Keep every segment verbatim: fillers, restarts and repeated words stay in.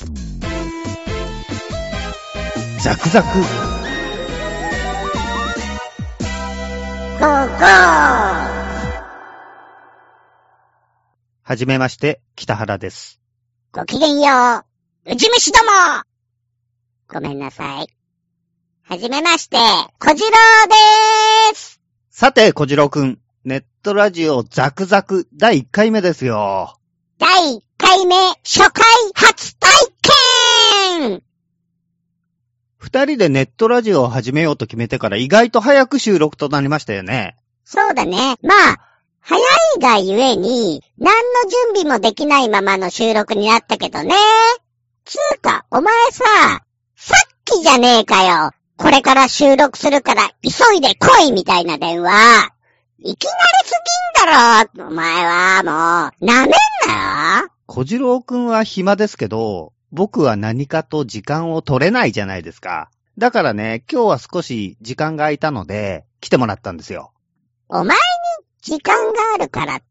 ザクザクゴーゴー。 はじめまして、北原です。 ごきげんよう、うじ虫ども。ごめんなさい。はじめまして、小次郎でーす。 さて、小次郎くん、ネットラジオザクザクだいいっかいめですよ。 だいいっかいめ、初回初体験。 二人でネットラジオを始めようと決めてから意外と早く収録となりましたよね。 そうだね。まあ、早いがゆえに、何の準備もできないままの収録になったけどね。つうか、お前さ、さっきじゃねえかよ。これから収録するから急いで来いみたいな電話。いきなりすぎんだろ。お前はもう、なめんなよ。 小次郎くんは暇ですけど、僕は何かと時間を取れないじゃないですか。だからね、今日は少し時間が空いたので、来てもらったんですよ。 お前に時間があるからって、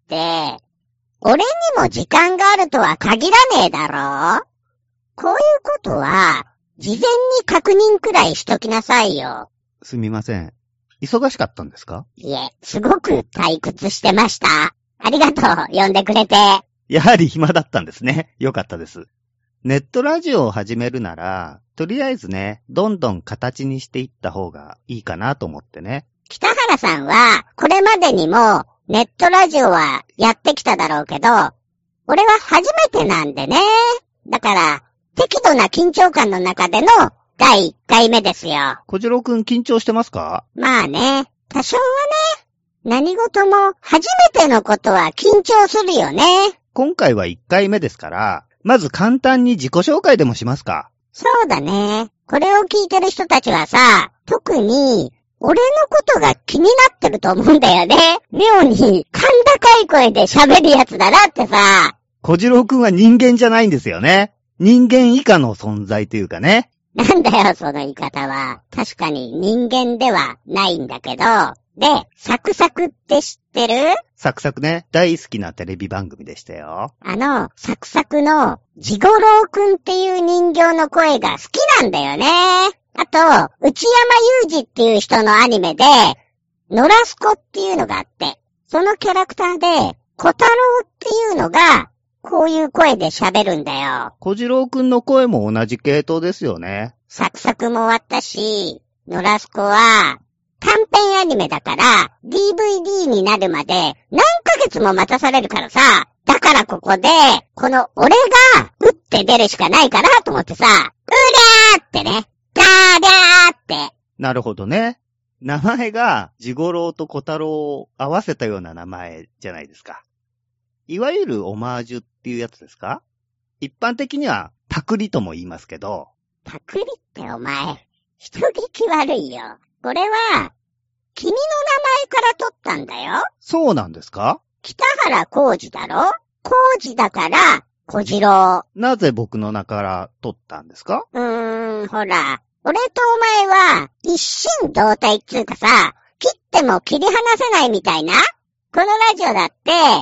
俺にも時間があるとは限らねえだろ。こういうことは、事前に確認くらいしときなさいよ。 すみません。忙しかったんですか？ いえ、すごく退屈してました。ありがとう、呼んでくれて。 やはり暇だったんですね。よかったです。ネットラジオを始めるなら、とりあえずね、どんどん形にしていった方がいいかなと思ってね。 北原さんは、これまでにも、ネットラジオはやってきただろうけど、俺は初めてなんでね。だから、適度な緊張感の中でのだいいっかいめですよ。 小次郎くん緊張してますか？ まあね、多少はね、何事も初めてのことは緊張するよね。 今回はいっかいめですから、まず簡単に自己紹介でもしますか？ そうだね。これを聞いてる人たちはさ、特に、俺のことが気になってると思うんだよね。妙に、甲高い声で喋るやつだなってさ。 小次郎くんは人間じゃないんですよね。人間以下の存在というかね。 なんだよ、その言い方は。確かに人間ではないんだけど。で、サクサクって知ってる？ サクサクね、大好きなテレビ番組でしたよ。 あの、サクサクのジゴロウくんっていう人形の声が好きなんだよね。あと、内山裕二っていう人のアニメで、ノラスコっていうのがあって、そのキャラクターで、小太郎っていうのが、こういう声で喋るんだよ。 小次郎くんの声も同じ系統ですよね。 サクサクも終わったし、ノラスコは、短編アニメだから、ディーブイディー になるまで何ヶ月も待たされるからさ、だからここで、この俺が、打って出るしかないかなと思ってさ、うりゃーってね、だーりゃーって。 なるほどね。名前が、ジゴロウと小太郎を合わせたような名前じゃないですか。いわゆるオマージュっていうやつですか？一般的には、パクリとも言いますけど。 パクリってお前、人聞き悪いよ。これは、君の名前から取ったんだよ。 そうなんですか？ 北原浩二だろ？浩二だから、小次郎。 なぜ僕の名から取ったんですか？ うーん、ほら、俺とお前は、一心同体っつうかさ、切っても切り離せないみたいな。このラジオだって、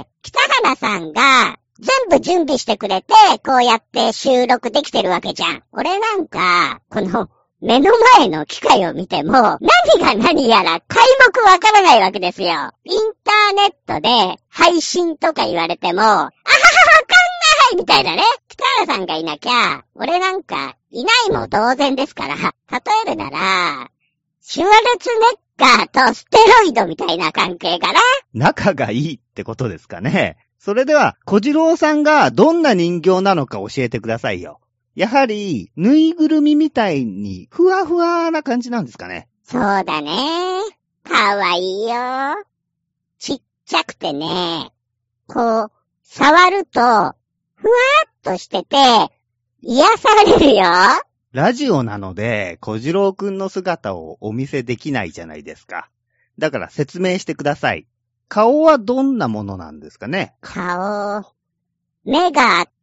北原さんが、全部準備してくれて、こうやって収録できてるわけじゃん。俺なんか、この、目の前の機械を見ても、何が何やら皆目わからないわけですよ。インターネットで配信とか言われても、あははわかんないみたいなね。北原さんがいなきゃ、俺なんかいないも同然ですから、例えるなら、シュワルツネッガーとステロイドみたいな関係かな。 仲がいいってことですかね。それでは、小次郎さんがどんな人形なのか教えてくださいよ。やはり、ぬいぐるみみたいに、ふわふわな感じなんですかね。 そうだね。かわいいよ。ちっちゃくてね、こう、触ると、ふわーっとしてて、癒されるよ。 ラジオなので、小次郎くんの姿をお見せできないじゃないですか。だから説明してください。顔はどんなものなんですかね？ 顔、目があって、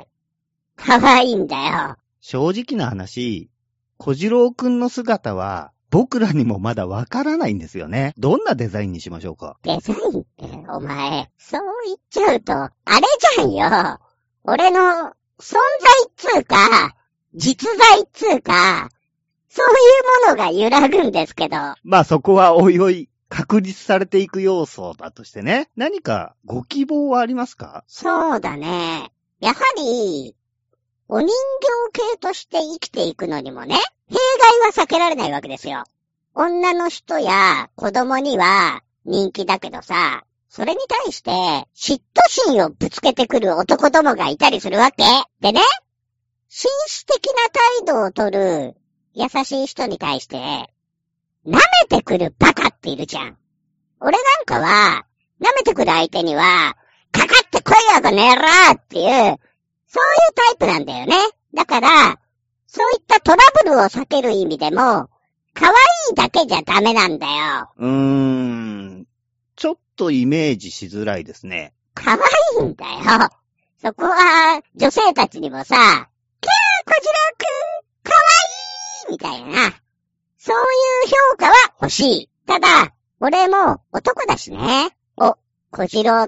かわいいんだよ。 正直な話、小次郎くんの姿は僕らにもまだわからないんですよね。どんなデザインにしましょうか？ デザインって、お前、そう言っちゃうと、あれじゃんよ。俺の存在っつうか、実在っつうか、そういうものが揺らぐんですけど。 まあそこはおいおい確立されていく要素だとしてね。何かご希望はありますか？ そうだね。やはり、お人形系として生きていくのにもね、弊害は避けられないわけですよ。女の人や子供には人気だけどさ、それに対して嫉妬心をぶつけてくる男どもがいたりするわけ。でね、紳士的な態度を取る優しい人に対して、舐めてくるバカっているじゃん。俺なんかは、舐めてくる相手には、かかってこいよこの野郎っていう、そういうタイプなんだよね。だから、そういったトラブルを避ける意味でも、可愛いだけじゃダメなんだよ。 うーん。ちょっとイメージしづらいですね。 可愛いんだよ。そこは、女性たちにもさ、キャー小次郎くん、可愛いみたいな。そういう評価は欲しい。ただ、俺も男だしね。お、小次郎って、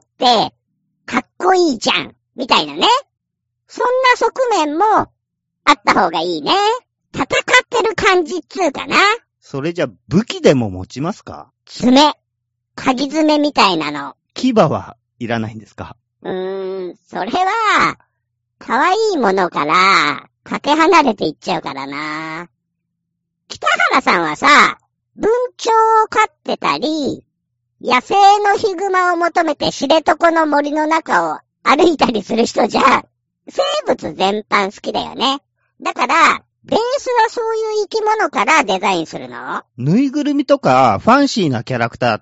かっこいいじゃん。みたいなね。そんな側面も、あった方がいいね。戦ってる感じっつうかな。 それじゃ武器でも持ちますか？ 爪。鍵爪みたいなの。 牙はいらないんですか？ うーん、それは、可愛いものから、かけ離れていっちゃうからな。北原さんはさ、文鳥を飼ってたり、野生のヒグマを求めて知床の森の中を歩いたりする人じゃ、生物全般好きだよね。だから、ベースはそういう生き物からデザインするの？ ぬいぐるみとかファンシーなキャラクターって、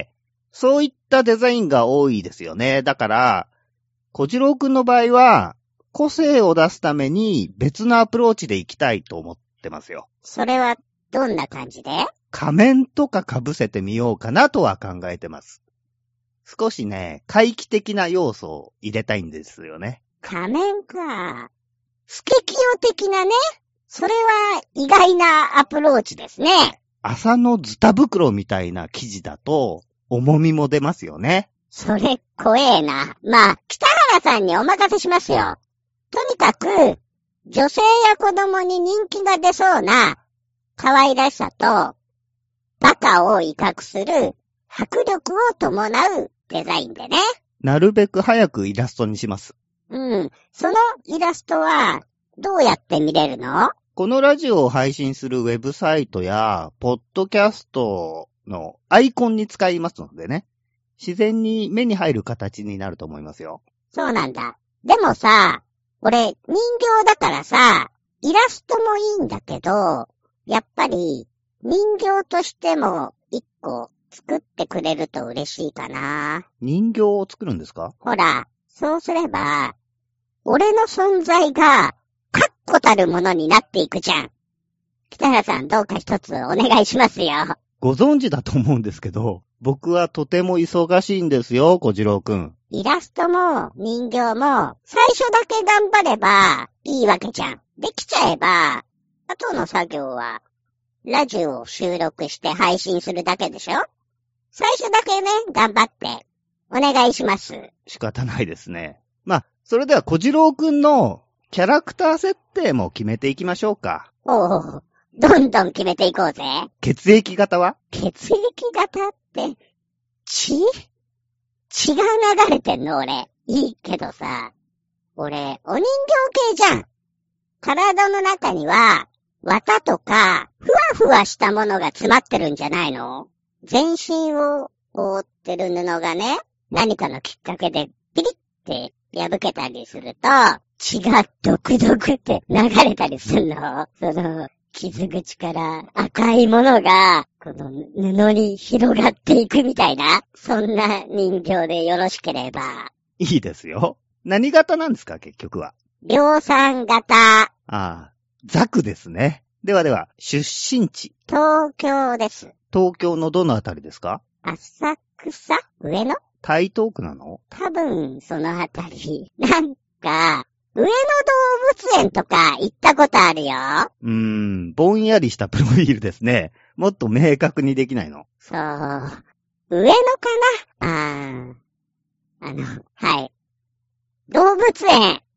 そういったデザインが多いですよね。だから、小次郎くんの場合は、個性を出すために別のアプローチでいきたいと思ってますよ。 それはどんな感じで？ 仮面とか被せてみようかなとは考えてます。少しね、怪奇的な要素を入れたいんですよね。 仮面か。スケキヨ的なね。それは意外なアプローチですね。 麻のズタ袋みたいな生地だと重みも出ますよね。 それ怖えな。まあ、北原さんにお任せしますよ。とにかく、女性や子供に人気が出そうな可愛らしさと、バカを威嚇する迫力を伴うデザインでね。 なるべく早くイラストにします。 うん。そのイラストはどうやって見れるの？ このラジオを配信するウェブサイトや、ポッドキャストのアイコンに使いますのでね。自然に目に入る形になると思いますよ。 そうなんだ。でもさ、俺人形だからさ、イラストもいいんだけど、やっぱり人形としても一個作ってくれると嬉しいかな。 人形を作るんですか？ ほら、そうすれば、俺の存在が確固たるものになっていくじゃん。北原さんどうか一つお願いしますよ。 ご存知だと思うんですけど、僕はとても忙しいんですよ、小次郎くん。 イラストも人形も最初だけ頑張ればいいわけじゃん。できちゃえば、後の作業はラジオを収録して配信するだけでしょ？最初だけね、頑張ってお願いします。 仕方ないですね。まあ、それでは小次郎くんのキャラクター設定も決めていきましょうか。 おう、どんどん決めていこうぜ。 血液型は？ 血液型って、血？血が流れてんの俺。いいけどさ、俺、お人形系じゃん。体の中には、綿とか、ふわふわしたものが詰まってるんじゃないの？全身を覆ってる布がね、何かのきっかけでピリって破けたりすると、血がドクドクって流れたりするの？その、傷口から赤いものが、この布に広がっていくみたいな、そんな人形でよろしければ。 いいですよ。何型なんですか、結局は。 量産型。 ああ、ザクですね。ではでは、出身地。 東京です。 東京のどのあたりですか？ 浅草？上野？ 台東区なの？ 多分、そのあたり。なんか、上野動物園とか行ったことあるよ。 うーん、ぼんやりしたプロフィールですね。もっと明確にできないの？ そう。上野かな？あー。あの、はい。動物園。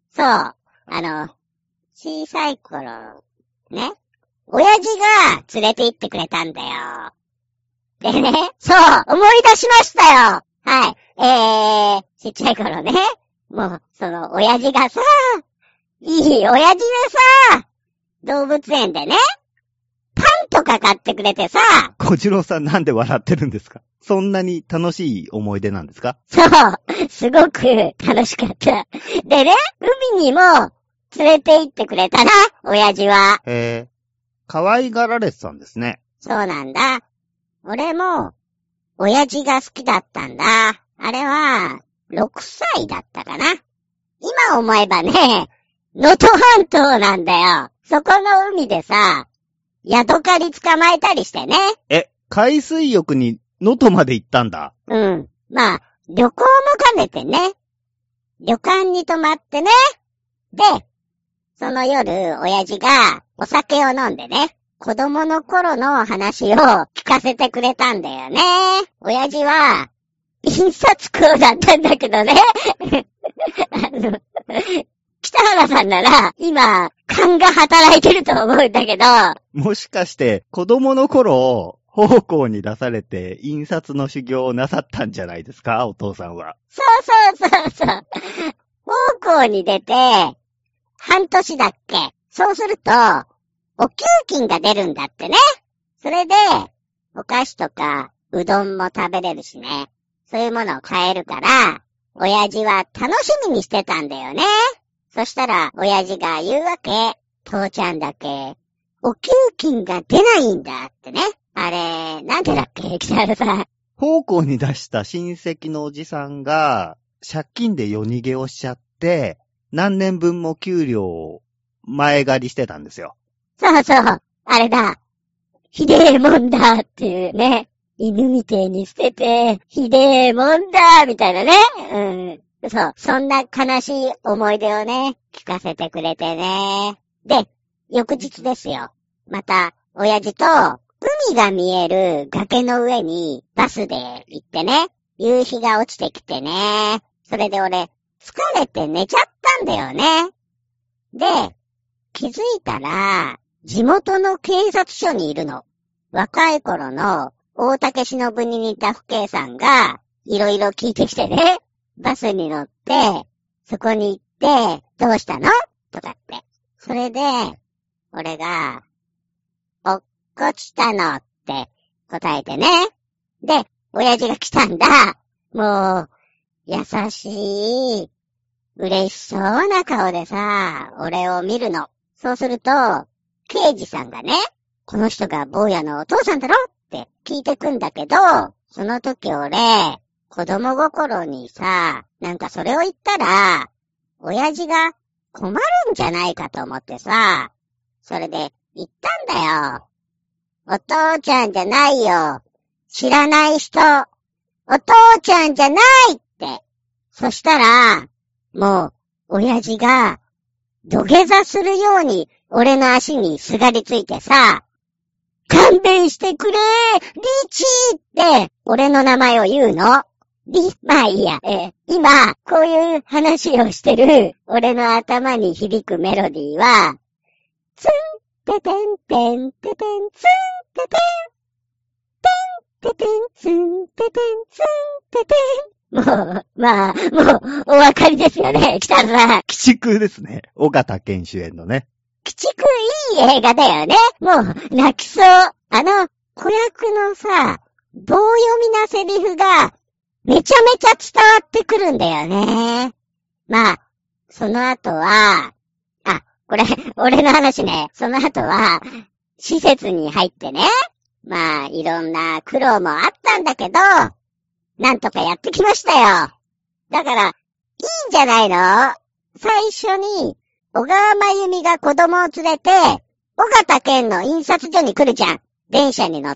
そう。あの、小さい頃、ね。親父が連れて行ってくれたんだよ。でね、そう、思い出しましたよ。はい。えー、ちっちゃい頃ね。もう、その、親父がさ、いい親父でさ、動物園でね、パンとか買ってくれてさ。 小次郎さんなんで笑ってるんですか？そんなに楽しい思い出なんですか？ そう、すごく楽しかった。でね、海にも連れて行ってくれたな、親父は。 へえ、可愛がられてたんですね。 そうなんだ。俺も、親父が好きだったんだ。あれは、ろくさいだったかな。今思えばね、能登半島なんだよ。そこの海でさ、ヤドカリ捕まえたりしてね。 え、海水浴に能登まで行ったんだ。 うん。まあ、旅行も兼ねてね。旅館に泊まってね。で、その夜、親父がお酒を飲んでね、子供の頃の話を聞かせてくれたんだよね。親父は、印刷工だったんだけどね。あの、北原さんなら、今、勘が働いてると思うんだけど。 もしかして、子供の頃、奉公に出されて、印刷の修行をなさったんじゃないですか、お父さんは。 そうそうそうそう。奉公に出て、半年だっけ。そうすると、お給金が出るんだってね。それで、お菓子とか、うどんも食べれるしね。そういうものを買えるから、親父は楽しみにしてたんだよね。そしたら、親父が言うわけ。父ちゃんだけ、お給金が出ないんだってね。あれ、なんでだっけ、北原さん。 奉公に出した親戚のおじさんが、借金で夜逃げをしちゃって、何年分も給料を前借りしてたんですよ。 そうそう、あれだ。ひでえもんだっていうね。犬みてえに捨てて、ひでえもんだみたいなね。うん。そう、そんな悲しい思い出をね、聞かせてくれてね。で、翌日ですよ。また、親父と、海が見える崖の上にバスで行ってね、夕日が落ちてきてね。それで俺、疲れて寝ちゃったんだよね。で、気づいたら、地元の警察署にいるの。若い頃の大竹しのぶに似た父兄さんが、いろいろ聞いてきてね、バスに乗って、そこに行って、どうしたのとかって。それで、俺が、落っこちたのって答えてね。で、親父が来たんだ。もう、優しい、嬉しそうな顔でさ、俺を見るの。そうすると、刑事さんがね、この人が坊やのお父さんだろって聞いてくんだけど、その時俺、子供心にさ、なんかそれを言ったら、親父が困るんじゃないかと思ってさ、それで言ったんだよ。お父ちゃんじゃないよ。知らない人。お父ちゃんじゃないって。そしたら、もう、親父が、土下座するように、俺の足にすがりついてさ、勘弁してくれーリチーって、俺の名前を言うの。リ、まあいいや、えー、今、こういう話をしてる、俺の頭に響くメロディーは、ツン、テテンテンテテン、ツン、テテン、テン、テテン、ツン、テテン、ツン、テテン。もう、まあ、もう、お分かりですよね、北原さん。 鬼畜ですね。尾形健主演のね。 鬼畜いい映画だよね。もう、泣きそう。あの、子役のさ、棒読みなセリフが、めちゃめちゃ伝わってくるんだよね。まあ、その後は、あ、これ、俺の話ね。その後は、施設に入ってね。まあ、いろんな苦労もあったんだけど、なんとかやってきましたよ。だから、いいんじゃないの？最初に、小川真由美が子供を連れて、尾形健の印刷所に来るじゃん。電車に乗って。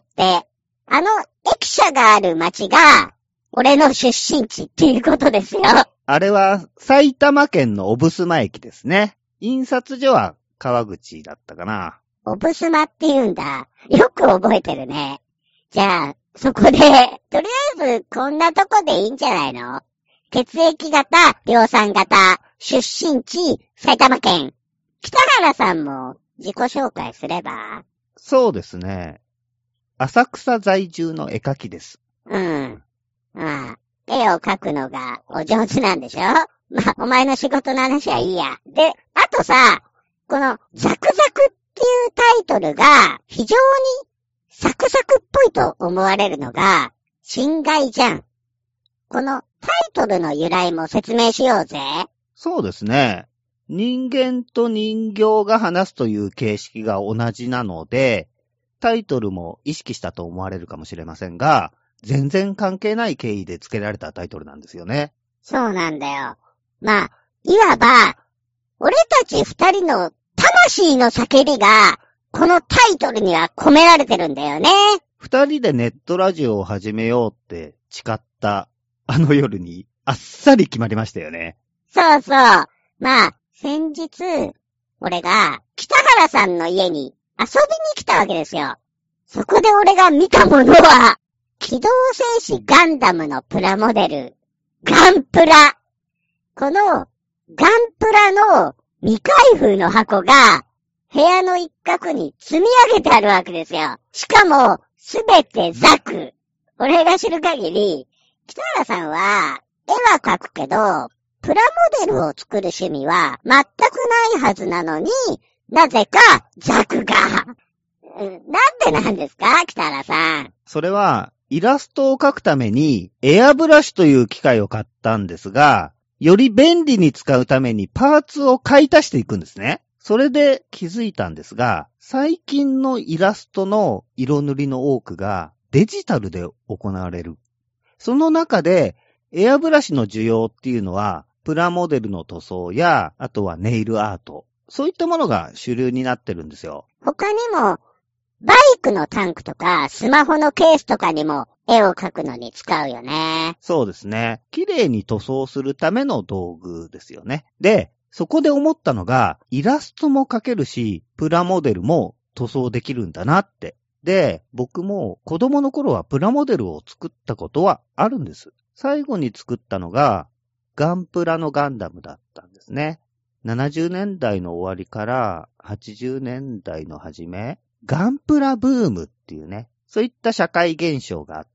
あの、駅舎がある町が、俺の出身地っていうことですよ。 あれは、埼玉県の小布駅ですね。印刷所は川口だったかな。 小布って言うんだ。よく覚えてるね。じゃあ、そこで、とりあえず、こんなとこでいいんじゃないの？ 血液型、量産型、出身地、埼玉県。北原さんも自己紹介すれば？ そうですね。浅草在住の絵描きです。 うん。まあ、絵を描くのがお上手なんでしょ？まあ、お前の仕事の話はいいや。で、あとさ、このザクザクっていうタイトルが非常にサクサクっぽいと思われるのが心外じゃん。このタイトルの由来も説明しようぜ。 そうですね。人間と人形が話すという形式が同じなので、タイトルも意識したと思われるかもしれませんが、全然関係ない経緯で付けられたタイトルなんですよね。 そうなんだよ。まあ、いわば、俺たち二人の魂の叫びが、このタイトルには込められてるんだよね。 二人でネットラジオを始めようって誓ったあの夜にあっさり決まりましたよね。 そうそう。まあ、先日、俺が北原さんの家に遊びに来たわけですよ。そこで俺が見たものは、機動戦士ガンダムのプラモデル、ガンプラ。このガンプラの未開封の箱が部屋の一角に積み上げてあるわけですよ。しかも、すべてザク。俺が知る限り、北原さんは絵は描くけど、プラモデルを作る趣味は全くないはずなのに、なぜかザクが。なんでなんですか、北原さん。 それは、イラストを描くためにエアブラシという機械を買ったんですが、より便利に使うためにパーツを買い足していくんですね。それで気づいたんですが、最近のイラストの色塗りの多くがデジタルで行われる。その中でエアブラシの需要っていうのは、プラモデルの塗装や、あとはネイルアート。そういったものが主流になってるんですよ。 他にも、バイクのタンクとか、スマホのケースとかにも絵を描くのに使うよね。 そうですね。綺麗に塗装するための道具ですよね。で、そこで思ったのが、イラストも描けるし、プラモデルも塗装できるんだなって。で、僕も子供の頃はプラモデルを作ったことはあるんです。最後に作ったのが、ガンプラのガンダムだったんですね。ななじゅうねんだいの終わりからはちじゅうねんだいの初め、ガンプラブームっていうね、そういった社会現象があって、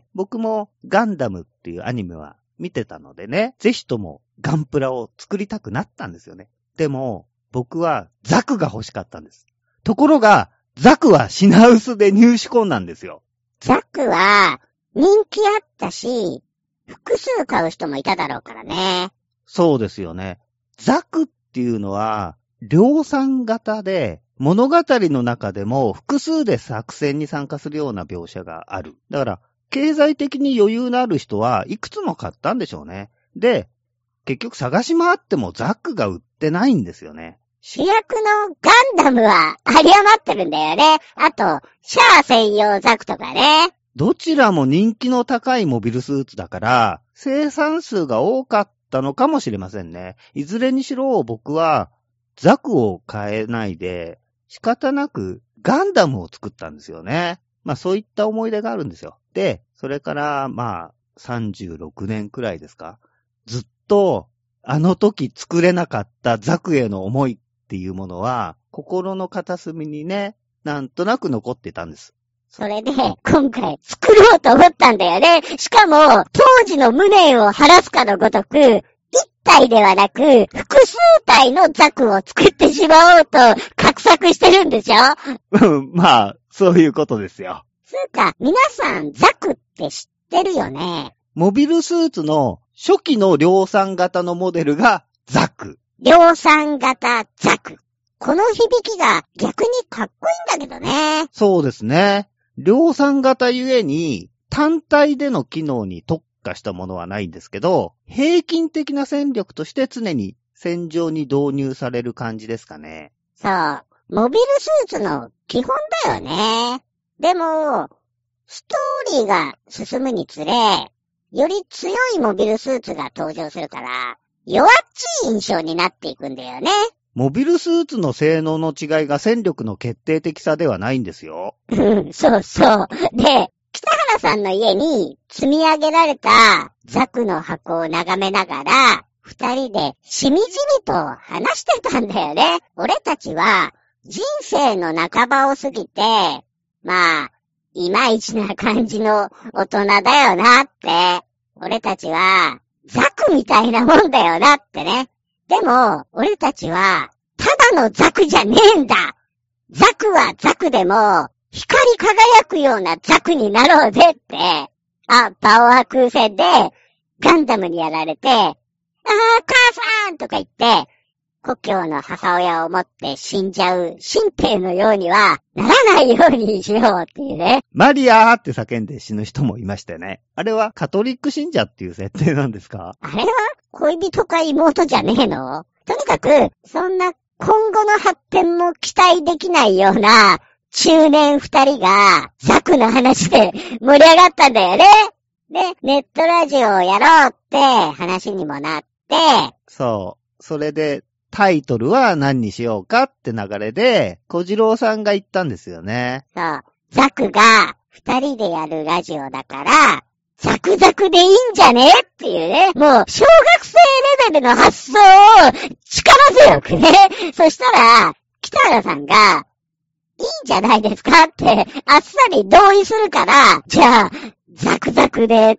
僕もガンダムっていうアニメは見てたのでね、ぜひともガンプラを作りたくなったんですよね。でも、僕はザクが欲しかったんです。ところが、ザクは品薄で入手困難ですよ。 ザクは人気あったし、複数買う人もいただろうからね。 そうですよね。ザクっていうのは、量産型で、物語の中でも複数で作戦に参加するような描写がある。だから、経済的に余裕のある人はいくつも買ったんでしょうね。で、結局探し回ってもザクが売ってないんですよね。 主役のガンダムは有り余ってるんだよね。あと、シャア専用ザクとかね。 どちらも人気の高いモビルスーツだから、生産数が多かったのかもしれませんね。いずれにしろ僕はザクを買えないで、仕方なくガンダムを作ったんですよね。まあそういった思い出があるんですよ。で、それからまあさんじゅうろくねんくらいですか。ずっとあの時作れなかったザクへの思いっていうものは心の片隅にね、なんとなく残ってたんです。 それで、今回作ろうと思ったんだよね。しかも、当時の無念を晴らすかのごとく、一体ではなく、複数体のザクを作ってしまおうと、画策してるんでしょ？ うん、まあ、そういうことですよ。 つうか、皆さんザクって知ってるよね。 モビルスーツの初期の量産型のモデルがザク。 量産型ザク。この響きが逆にかっこいいんだけどね。 そうですね。量産型ゆえに単体での機能に特化したものはないんですけど、平均的な戦力として常に戦場に導入される感じですかね。 そう。モビルスーツの基本だよね。でも、ストーリーが進むにつれ、より強いモビルスーツが登場するから、弱っちい印象になっていくんだよね。 モビルスーツの性能の違いが戦力の決定的さではないんですよ。 うん、そうそう。で、北北原さんの家に積み上げられたザクの箱を眺めながら、二人でしみじみと話してたんだよね。俺たちは人生の半ばを過ぎて、まあ、いまいちな感じの大人だよなって。俺たちはザクみたいなもんだよなってね。でも、俺たちはただのザクじゃねえんだ。ザクはザクでも、光り輝くようなザクになろうぜって。あ、バオア空戦でガンダムにやられて、あー、母さんとか言って、故郷の母親を持って死んじゃう新兵のようにはならないようにしようっていうね。 マリアーって叫んで死ぬ人もいましたよね。あれはカトリック信者っていう設定なんですか？ あれは恋人か妹じゃねえの？とにかく、そんな今後の発展も期待できないような中年二人がザクの話で盛り上がったんだよね。で、ネットラジオをやろうって話にもなって。 そう。それでタイトルは何にしようかって流れで、小次郎さんが言ったんですよね。 そう。ザクが二人でやるラジオだから、ザクザクでいいんじゃねっていうね。もう、小学生レベルの発想を力強くね。そしたら、北原さんが、いいんじゃないですかって、あっさり同意するから、じゃあ、ザクザクでって。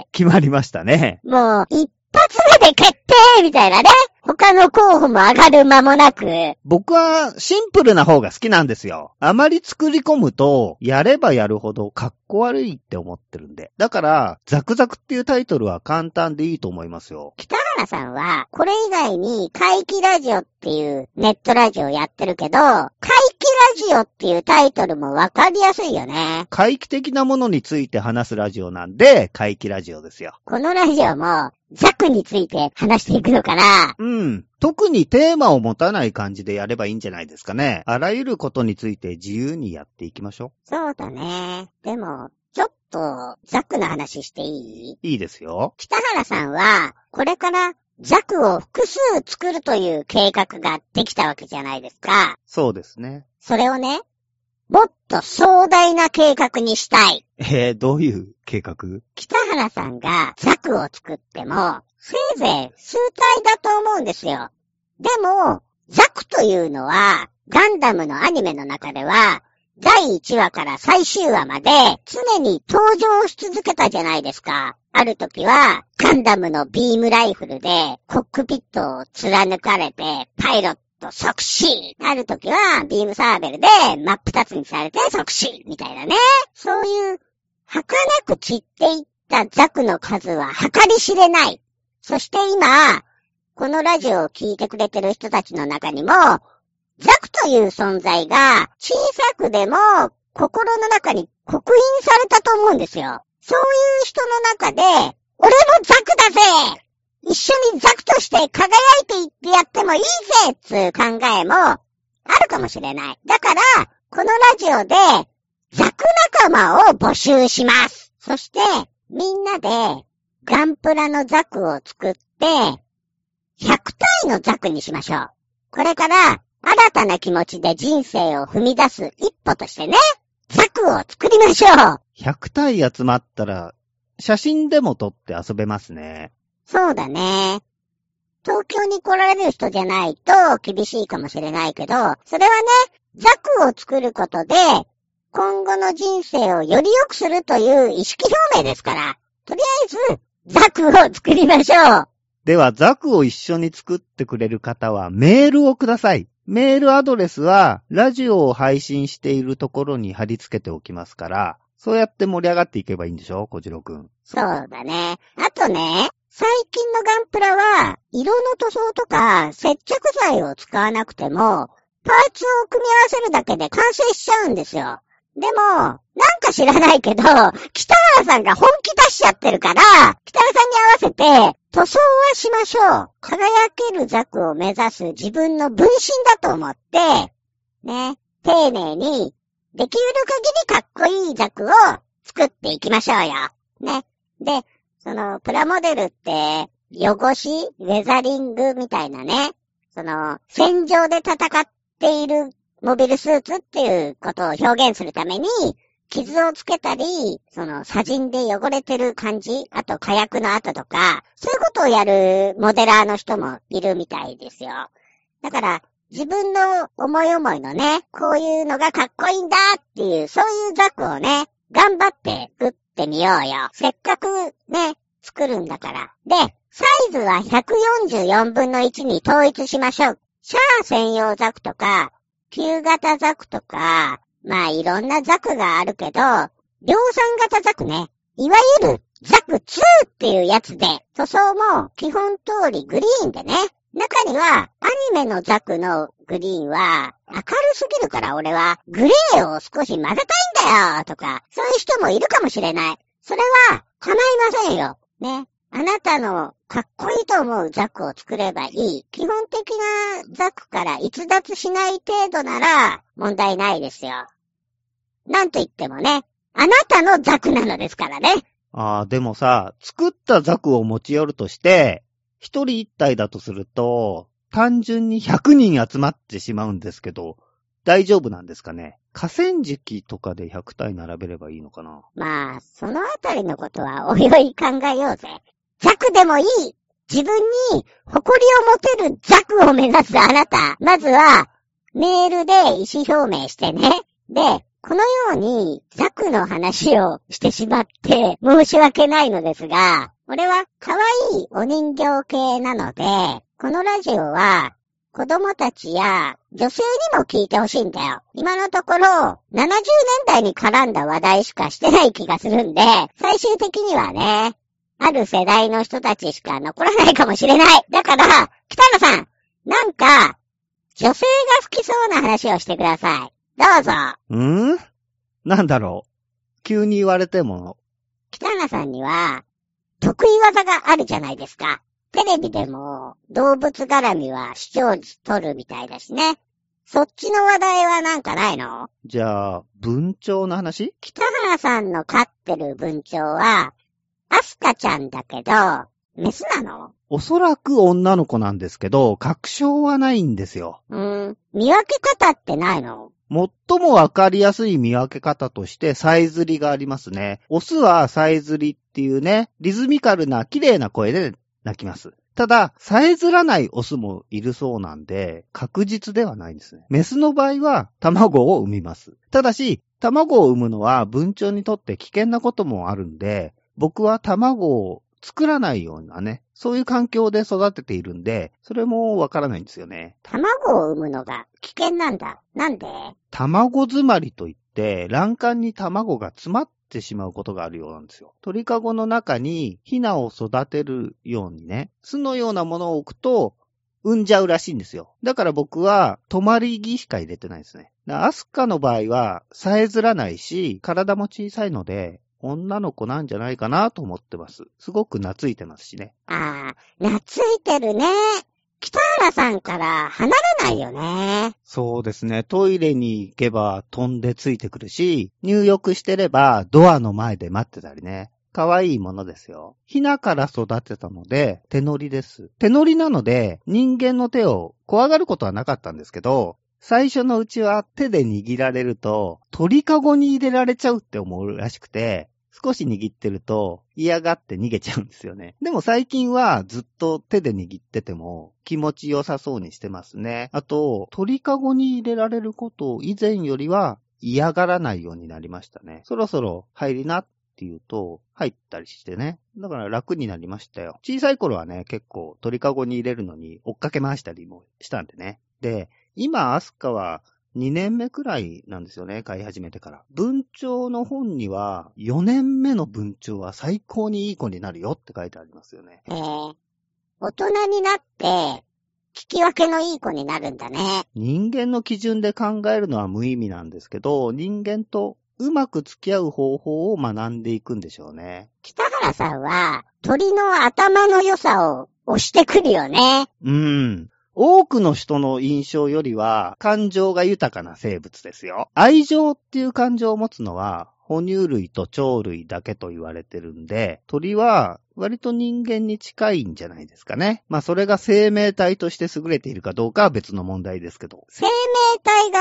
決まりましたね。 もう、一発目で決定みたいなね。他の候補も上がる間もなく。 僕はシンプルな方が好きなんですよ。あまり作り込むと、やればやるほどかっこ悪いって思ってるんで。だから、ザクザクっていうタイトルは簡単でいいと思いますよ。 北原さんは、これ以外に怪奇ラジオっていうネットラジオやってるけど、怪奇ラジオっていうタイトルもわかりやすいよね。 怪奇的なものについて話すラジオなんで、怪奇ラジオですよ。 このラジオも、ザクについて話していくのかな？ うん。特にテーマを持たない感じでやればいいんじゃないですかね。あらゆることについて自由にやっていきましょう。 そうだね。でも、ちょっと、ザクの話していい？ いいですよ。 北原さんは、これからザクを複数作るという計画ができたわけじゃないですか。 そうですね。 それをね、もっと壮大な計画にしたい。 えー、どういう計画？ 北原さんがザクを作っても、せいぜい数体だと思うんですよ。でも、ザクというのは、ガンダムのアニメの中では、だいいちわから最終話まで常に登場し続けたじゃないですか。ある時は、ガンダムのビームライフルでコックピットを貫かれて、パイロット即死。ある時は、ビームサーベルで真っ二つにされて即死。みたいなね。そういう、儚く散っていったザクの数は計り知れない。そして今、このラジオを聞いてくれてる人たちの中にも、ザクという存在が小さくでも心の中に刻印されたと思うんですよ。そういう人の中で、俺もザクだぜ！一緒にザクとして輝いていってやってもいいぜつう考えもあるかもしれない。だから、このラジオでザク仲間を募集します。そして、みんなでガンプラのザクを作って、ひゃくたいのザクにしましょう。これから、新たな気持ちで人生を踏み出す一歩としてね、ザクを作りましょう。 ひゃくたい集まったら、写真でも撮って遊べますね。 そうだね。東京に来られる人じゃないと厳しいかもしれないけど、それはね、ザクを作ることで、今後の人生をより良くするという意識表明ですから、とりあえず、ザクを作りましょう。 では、ザクを一緒に作ってくれる方はメールをください。メールアドレスは、ラジオを配信しているところに貼り付けておきますから、そうやって盛り上がっていけばいいんでしょ、小次郎くん。 そうだね。あとね、最近のガンプラは、色の塗装とか接着剤を使わなくても、パーツを組み合わせるだけで完成しちゃうんですよ。でも、なんか知らないけど、北原さんが本気出しちゃってるから、北原さんに合わせて、塗装はしましょう。輝けるザクを目指す自分の分身だと思って、ね、丁寧に、できる限りかっこいいザクを作っていきましょうよ。ね。で、その、プラモデルって、汚し、ウェザリングみたいなね、その、戦場で戦っているモビルスーツっていうことを表現するために、 傷をつけたり、その、砂塵で汚れてる感じ、あと火薬の跡とか、そういうことをやるモデラーの人もいるみたいですよ。だから、自分の思い思いのね、こういうのがかっこいいんだっていう、そういうザクをね、頑張って作ってみようよ。せっかくね、作るんだから。で、サイズはひゃくよんじゅうよんぶんのいちに統一しましょう。シャア専用ザクとか、旧型ザクとか、まあいろんなザクがあるけど、量産型ザクね。いわゆるザクツーっていうやつで、塗装も基本通りグリーンでね。中には、アニメのザクのグリーンは、明るすぎるから俺は、グレーを少し混ぜたいんだよとか、そういう人もいるかもしれない。それは、構いませんよ。ね。あなたのかっこいいと思うザクを作ればいい。基本的なザクから逸脱しない程度なら、問題ないですよ。なんと言ってもね、あなたのザクなのですからね。 ああ、でもさ、作ったザクを持ち寄るとして、一人一体だとすると、単純にひゃくにん集まってしまうんですけど、大丈夫なんですかね？河川敷とかでひゃくたい並べればいいのかな？ まあ、そのあたりのことはおいおい考えようぜ。ザクでもいい。自分に誇りを持てるザクを目指すあなた。まずは、メールで意思表明してね。で、このようにザクの話をしてしまって申し訳ないのですが、俺は可愛いお人形系なので、このラジオは子供たちや女性にも聞いてほしいんだよ。今のところななじゅうねんだいに絡んだ話題しかしてない気がするんで、最終的にはね、ある世代の人たちしか残らないかもしれない。だから、北野さん、なんか女性が好きそうな話をしてください。どうぞ。 んーなんだろう。急に言われても。 北野さんには、得意技があるじゃないですか。テレビでも動物絡みは視聴率取るみたいだしね。そっちの話題はなんかないの？ じゃあ、文鳥の話？ 北原さんの飼ってる文鳥は、アスカちゃんだけど、メスなの？ おそらく女の子なんですけど、確証はないんですよ。 うーん、見分け方ってないの？ 最もわかりやすい見分け方としてさえずりがありますね。オスはさえずりっていうね、リズミカルな綺麗な声で鳴きます。ただ、さえずらないオスもいるそうなんで、確実ではないんですね。メスの場合は卵を産みます。ただし、卵を産むのは文鳥にとって危険なこともあるんで、僕は卵を作らないようなね、そういう環境で育てているんで、それもわからないんですよね。 卵を産むのが危険なんだ。なんで？ 卵詰まりといって、卵管に卵が詰まってしまうことがあるようなんですよ。鳥かごの中にヒナを育てるようにね、巣のようなものを置くと、産んじゃうらしいんですよ。だから僕は、止まり木しか入れてないですね。アスカの場合は、さえずらないし、体も小さいので、女の子なんじゃないかなと思ってます。すごく懐いてますしね。 ああ、懐いてるね。北原さんから離れないよね。 そうですね。トイレに行けば飛んでついてくるし、入浴してればドアの前で待ってたりね。可愛いものですよ。ヒナから育てたので手乗りです。手乗りなので人間の手を怖がることはなかったんですけど、最初のうちは手で握られると鳥かごに入れられちゃうって思うらしくて、少し握ってると嫌がって逃げちゃうんですよね。でも最近はずっと手で握ってても気持ちよさそうにしてますね。あと、鳥かごに入れられることを以前よりは嫌がらないようになりましたね。そろそろ入りなって言うと入ったりしてね。だから楽になりましたよ。小さい頃はね、結構鳥かごに入れるのに追っかけ回したりもしたんでね。で、今アスカはにねんめくらいなんですよね、飼い始めてから。文鳥の本には、よねんめの文鳥は最高にいい子になるよって書いてありますよね。 えー、大人になって、聞き分けのいい子になるんだね。 人間の基準で考えるのは無意味なんですけど、人間とうまく付き合う方法を学んでいくんでしょうね。 北原さんは、鳥の頭の良さを押してくるよね。 うーん。多くの人の印象よりは感情が豊かな生物ですよ。愛情っていう感情を持つのは哺乳類と鳥類だけと言われてるんで、鳥は割と人間に近いんじゃないですかね。まあそれが生命体として優れているかどうかは別の問題ですけど。 生命体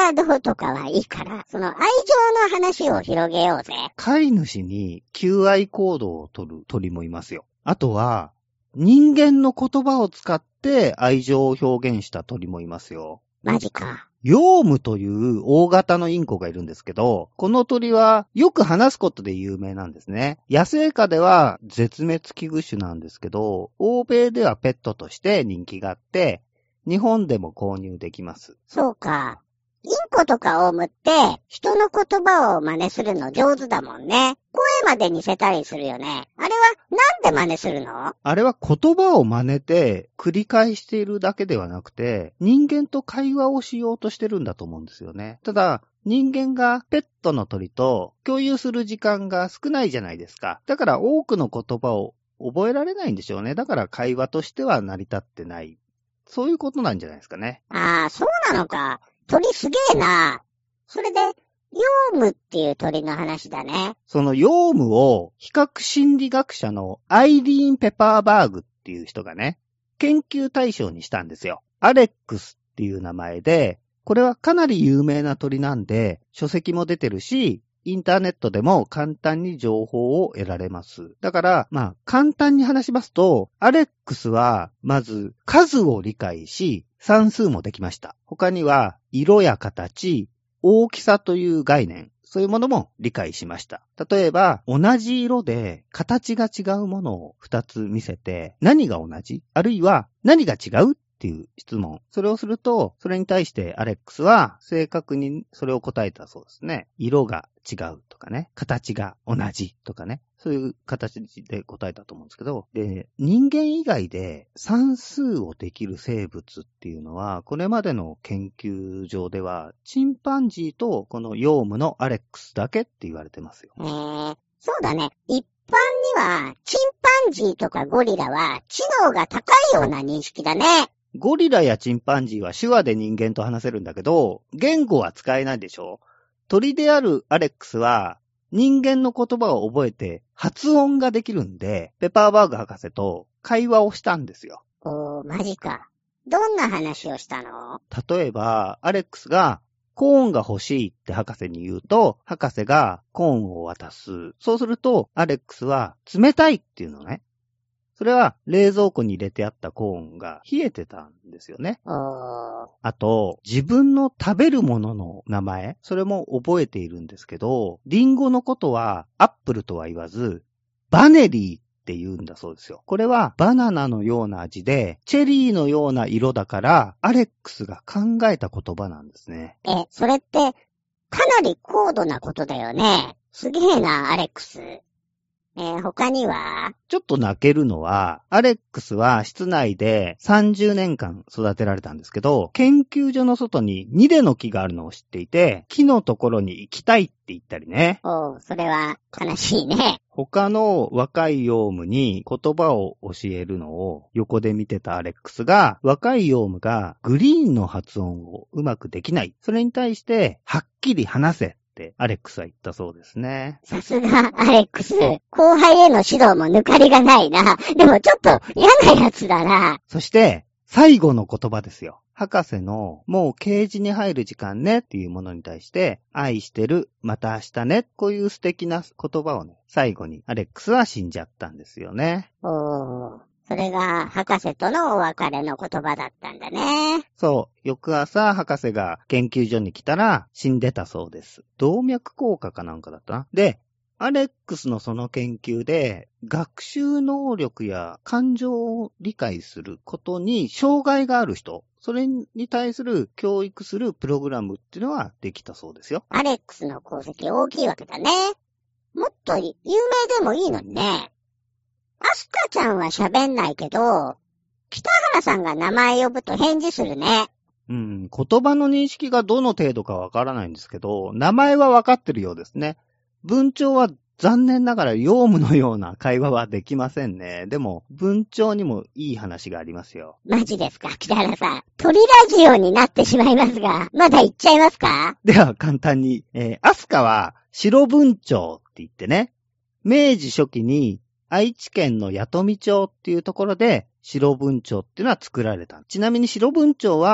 がどうとかはいいから、その愛情の話を広げようぜ。 飼い主に求愛行動を取る鳥もいますよ。あとは、人間の言葉を使って愛情を表現した鳥もいますよ。 マジか。 ヨウムという大型のインコがいるんですけど、この鳥はよく話すことで有名なんですね。野生下では絶滅危惧種なんですけど、欧米ではペットとして人気があって、日本でも購入できます。 そうか。インコとかオウムって人の言葉を真似するの上手だもんね。声まで似せたりするよね。あれはなんで真似するの？ あれは言葉を真似て繰り返しているだけではなくて、人間と会話をしようとしてるんだと思うんですよね。ただ、人間がペットの鳥と共有する時間が少ないじゃないですか。だから多くの言葉を覚えられないんでしょうね。だから会話としては成り立ってない。そういうことなんじゃないですかね。 ああ、そうなのか。鳥すげえな。それで、ヨウムっていう鳥の話だね。 そのヨウムを比較心理学者のアイリーン・ペパーバーグっていう人がね、研究対象にしたんですよ。アレックスっていう名前で、これはかなり有名な鳥なんで、書籍も出てるし、インターネットでも簡単に情報を得られます。だから、まあ、簡単に話しますと、アレックスは、まず、数を理解し、算数もできました。他には、色や形、大きさという概念、そういうものも理解しました。例えば、同じ色で形が違うものを二つ見せて、何が同じ？あるいは、何が違う？っていう質問。それをすると、それに対してアレックスは正確にそれを答えたそうですね。色が違うとかね。形が同じとかね。そういう形で答えたと思うんですけど、で、人間以外で算数をできる生物っていうのは、これまでの研究上では、チンパンジーとこのヨウムのアレックスだけって言われてますよ。 へー、そうだね。一般には、チンパンジーとかゴリラは知能が高いような認識だね。 ゴリラやチンパンジーは手話で人間と話せるんだけど、言語は使えないでしょ。鳥であるアレックスは、人間の言葉を覚えて発音ができるんで、ペパーバーグ博士と会話をしたんですよ。 おー、マジか。どんな話をしたの？ 例えば、アレックスがコーンが欲しいって博士に言うと、博士がコーンを渡す。そうすると、アレックスは冷たいっていうのね。それは冷蔵庫に入れてあったコーンが冷えてたんですよね。 おー。 あと、自分の食べるものの名前、それも覚えているんですけど、リンゴのことはアップルとは言わず、バネリーって言うんだそうですよ。これはバナナのような味で、チェリーのような色だから、アレックスが考えた言葉なんですね。 え、それって、かなり高度なことだよね。すげえな、アレックス。えー、他には？ ちょっと泣けるのは、アレックスは室内でさんじゅうねんかん育てられたんですけど、研究所の外にニデの木があるのを知っていて、木のところに行きたいって言ったりね。 おう、それは悲しいね。 他の若いヨウムに言葉を教えるのを横で見てたアレックスが、若いヨウムがグリーンの発音をうまくできない。それに対して、はっきり話せってアレックスは言ったそうですね。 さすが、アレックス。後輩への指導も抜かりがないな。でもちょっと嫌なやつだな。 そして、最後の言葉ですよ。博士の、もうケージに入る時間ねっていうものに対して、愛してる、また明日ね、こういう素敵な言葉をね、最後にアレックスは死んじゃったんですよね。 おー、それが博士とのお別れの言葉だったんだね。 そう、翌朝博士が研究所に来たら死んでたそうです。動脈硬化かなんかだったな。で、アレックスのその研究で、学習能力や感情を理解することに障害がある人、それに対する教育するプログラムっていうのはできたそうですよ。 アレックスの功績大きいわけだね。もっと有名でもいいのにね。アスカちゃんは喋んないけど、北原さんが名前呼ぶと返事するね。 うん、言葉の認識がどの程度かわからないんですけど、名前はわかってるようですね。文鳥は残念ながらヨウムのような会話はできませんね。でも、文鳥にもいい話がありますよ。 マジですか、北原さん。鳥ラジオになってしまいますが、まだ言っちゃいますか？ では、簡単に。えー、アスカは白文鳥って言ってね、明治初期に愛知県の弥富町っていうところで白文鳥っていうのは作られた。ちなみに白文鳥は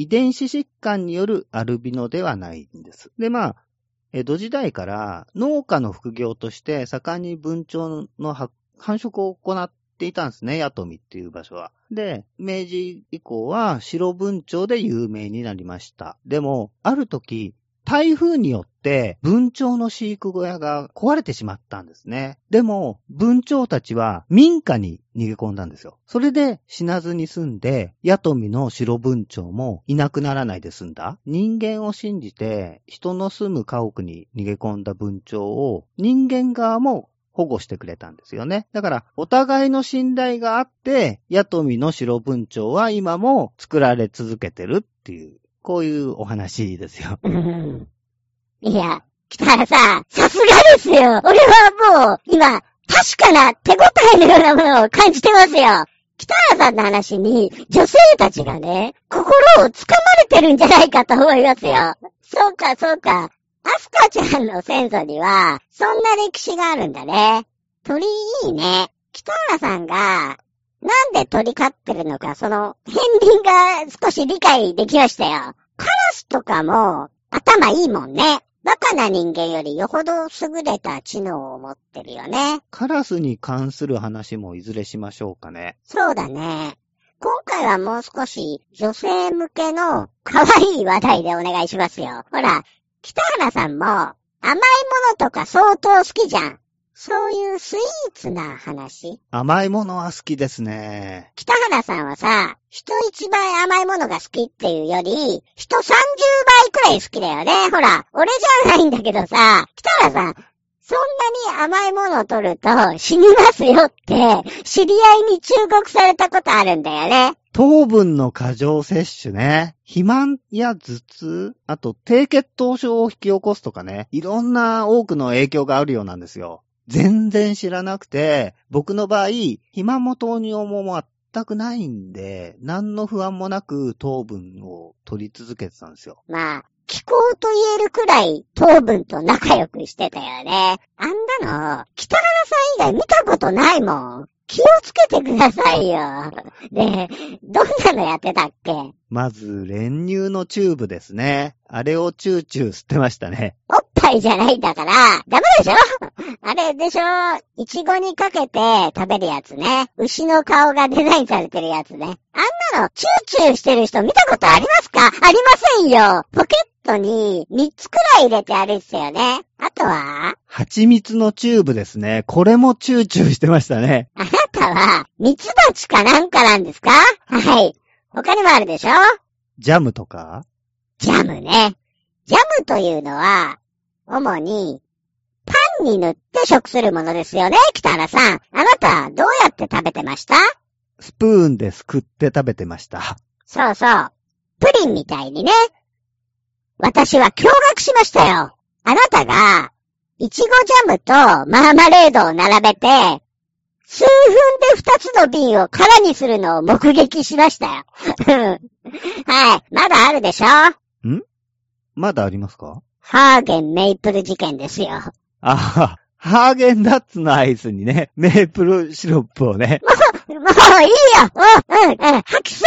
遺伝子疾患によるアルビノではないんです。で、まあ、江戸時代から農家の副業として盛んに文鳥の繁殖を行っていたんですね、弥富っていう場所は。で、明治以降は白文鳥で有名になりました。でも、ある時、台風によって文鳥の飼育小屋が壊れてしまったんですね。でも文鳥たちは民家に逃げ込んだんですよ。それで死なずに済んで、弥富の白文鳥もいなくならないで済んだ。人間を信じて人の住む家屋に逃げ込んだ文鳥を人間側も保護してくれたんですよね。だからお互いの信頼があって弥富の白文鳥は今も作られ続けてるっていう、こういうお話ですよ。 うん、いや、北原さん、さすがですよ。俺はもう、今、確かな手応えのようなものを感じてますよ。北原さんの話に、女性たちがね、心をつかまれてるんじゃないかと思いますよ。そうか、そうか。アスカちゃんの先祖には、そんな歴史があるんだね。鳥いいね。北原さんが、なんで鳥飼ってるのか、その、片鱗が少し理解できましたよ。カラスとかも、頭いいもんね。バカな人間よりよほど優れた知能を持ってるよね。 カラスに関する話もいずれしましょうかね。 そうだね。今回はもう少し女性向けの可愛い話題でお願いしますよ。ほら、北原さんも甘いものとか相当好きじゃん。そういうスイーツな話。 甘いものは好きですね。 北原さんはさ、人一倍甘いものが好きっていうより、人さんじゅうばいくらい好きだよね。ほら、俺じゃないんだけどさ、北原さん、そんなに甘いものを取ると死にますよって、知り合いに忠告されたことあるんだよね。 糖分の過剰摂取ね。肥満や頭痛、あと低血糖症を引き起こすとかね。いろんな多くの影響があるようなんですよ。全然知らなくて、僕の場合、肥満も糖尿も全くないんで、何の不安もなく糖分を取り続けてたんですよ。 まあ、気候と言えるくらい糖分と仲良くしてたよね。あんなの、北原さん以外見たことないもん。気をつけてくださいよ。で、どんなのやってたっけ？ まず、練乳のチューブですね。あれをチューチュー吸ってましたね。 おっぱいじゃないんだから、ダメでしょ？あれでしょ？いちごにかけて食べるやつね。牛の顔がデザインされてるやつね。あんなの、チューチューしてる人見たことありますか？ありませんよ。ポケットにみっつくらい入れて歩いてたよね。あとは蜂蜜のチューブですね。これもチューチューしてましたね。 あなたは、ミツバチかなんかなんですか？はい。他にもあるでしょ？ ジャムとか？ ジャムね。ジャムというのは、主に、パンに塗って食するものですよね、北原さん。あなた、どうやって食べてました？ スプーンですくって食べてました。 そうそう。プリンみたいにね。私は驚愕しましたよ。あなたが、いちごジャムとマーマレードを並べて、数分で二つの瓶を空にするのを目撃しましたよ。はい。まだあるでしょ？ ん？まだありますか？ ハーゲンメイプル事件ですよ。 あは、ハーゲンダッツのアイスにね、メープルシロップをね。 もう、もういいよ。うん、うん、吐きそう。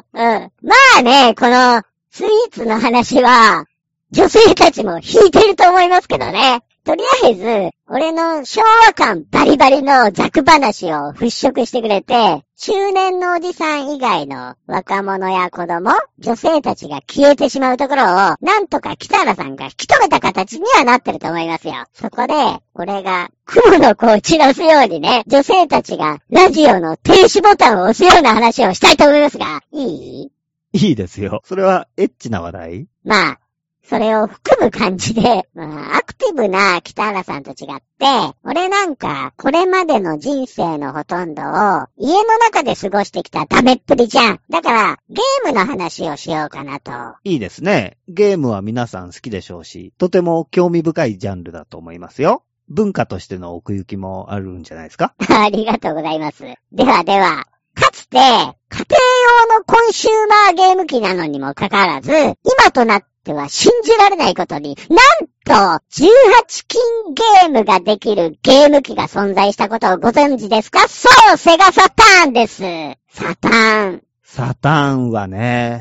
うん。まあね、このスイーツの話は、女性たちも引いてると思いますけどね。とりあえず、俺の昭和感バリバリのザク話を払拭してくれて、中年のおじさん以外の若者や子供、女性たちが消えてしまうところを、なんとか北原さんが引き止めた形にはなってると思いますよ。そこで、俺が雲の子を散らすようにね、女性たちがラジオの停止ボタンを押すような話をしたいと思いますが、いい？ いいですよ。それはエッチな話題？ まあ、それを含む感じで、まあ、アクティブな北原さんと違って、俺なんか、これまでの人生のほとんどを、家の中で過ごしてきたダメっぷりじゃん。だから、ゲームの話をしようかなと。 いいですね。ゲームは皆さん好きでしょうし、とても興味深いジャンルだと思いますよ。文化としての奥行きもあるんじゃないですか？ ありがとうございます。ではでは、かつて、家庭用のコンシューマーゲーム機なのにもかかわらず、今となってでは信じられないことに、なんとじゅうはち金ゲームができるゲーム機が存在したことをご存知ですか？そう、セガサターンです。サターン。 サターンはね、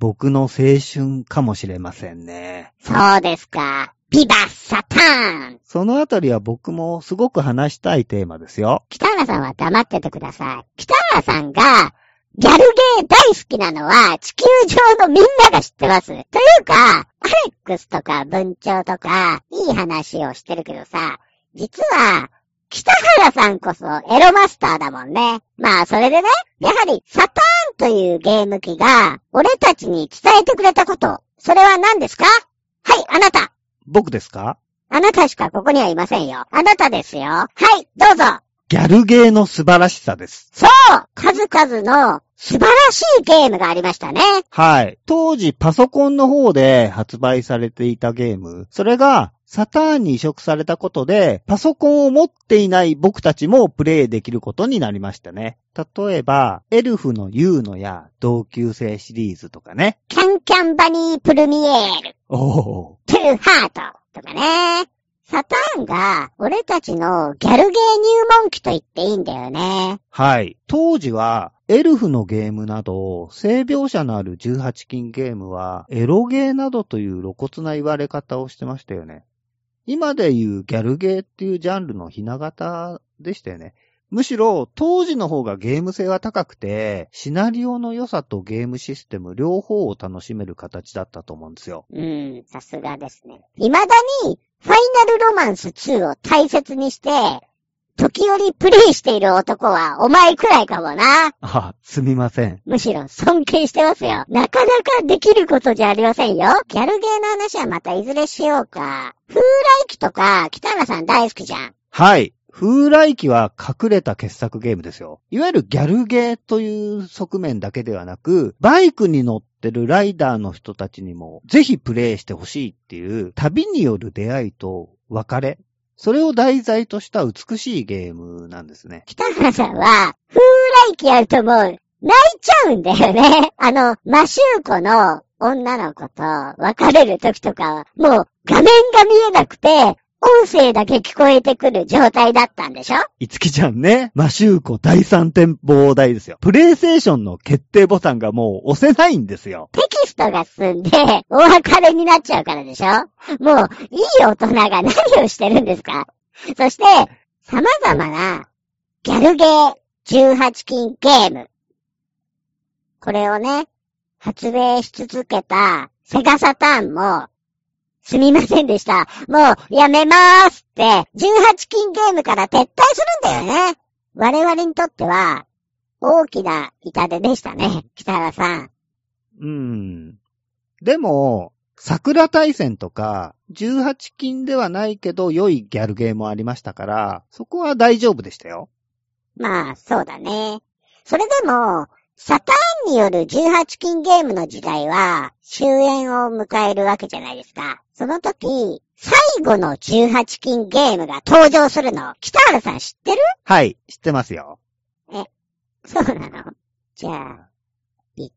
僕の青春かもしれませんね。 そうですか。ビバサターン。 そのあたりは僕もすごく話したいテーマですよ。 北原さんは黙っててください。北原さんがギャルゲー大好きなのは地球上のみんなが知ってます。というか、アレックスとか文鳥とかいい話をしてるけどさ、実は北原さんこそエロマスターだもんね。まあそれでね、やはりサターンというゲーム機が俺たちに伝えてくれたこと、それは何ですか？はい、あなた。 僕ですか？ あなたしかここにはいませんよ。あなたですよ。はい、どうぞ。 ギャルゲーの素晴らしさです。 そう！数々の素晴らしいゲームがありましたね。 はい。当時パソコンの方で発売されていたゲーム、それがサターンに移植されたことで、パソコンを持っていない僕たちもプレイできることになりましたね。例えば、エルフのユーノや同級生シリーズとかね。 キャンキャンバニープルミエール。 おー。 トゥーハートとかね。サターンが俺たちのギャルゲー入門機と言っていいんだよね。 はい。当時はエルフのゲームなど、性描写のあるじゅうはち禁ゲームはエロゲーなどという露骨な言われ方をしてましたよね。今でいうギャルゲーっていうジャンルのひな形でしたよね。むしろ当時の方がゲーム性は高くて、シナリオの良さとゲームシステム両方を楽しめる形だったと思うんですよ。 うん、さすがですね。未だにファイナルロマンスツーを大切にして、時折プレイしている男はお前くらいかもな。 あ、すみません。 むしろ尊敬してますよ。なかなかできることじゃありませんよ。ギャルゲーの話はまたいずれしようか。風来機とか北原さん大好きじゃん。 はい。風来機は隠れた傑作ゲームですよ。いわゆるギャルゲーという側面だけではなく、バイクに乗ってるライダーの人たちにもぜひプレイしてほしいっていう旅による出会いと別れ。それを題材とした美しいゲームなんですね。 北原さんは風来機やるともう泣いちゃうんだよね。あの、マシューコの女の子と別れる時とか、もう画面が見えなくて、音声だけ聞こえてくる状態だったんでしょ？ いつきちゃんね、マシューコ第三展望台ですよ。プレイステーションの決定ボタンがもう押せないんですよ。 テキストが進んで、お別れになっちゃうからでしょ？もう、いい大人が何をしてるんですか？そして、様々なギャルゲーじゅうはち禁ゲーム。これをね、発明し続けたセガサターンも、すみませんでした。もうやめまーすって、じゅうはち禁ゲームから撤退するんだよね。我々にとっては、大きな痛手でしたね、北原さん。 うーん。でも、桜大戦とか、じゅうはち禁ではないけど良いギャルゲーもありましたから、そこは大丈夫でしたよ。 まあ、そうだね。それでも、サターンによるじゅうはち禁ゲームの時代は終焉を迎えるわけじゃないですか。その時、最後のじゅうはち禁ゲームが登場するの、北原さん知ってる？ はい、知ってますよ。 え、そうなの？じゃあ、言って。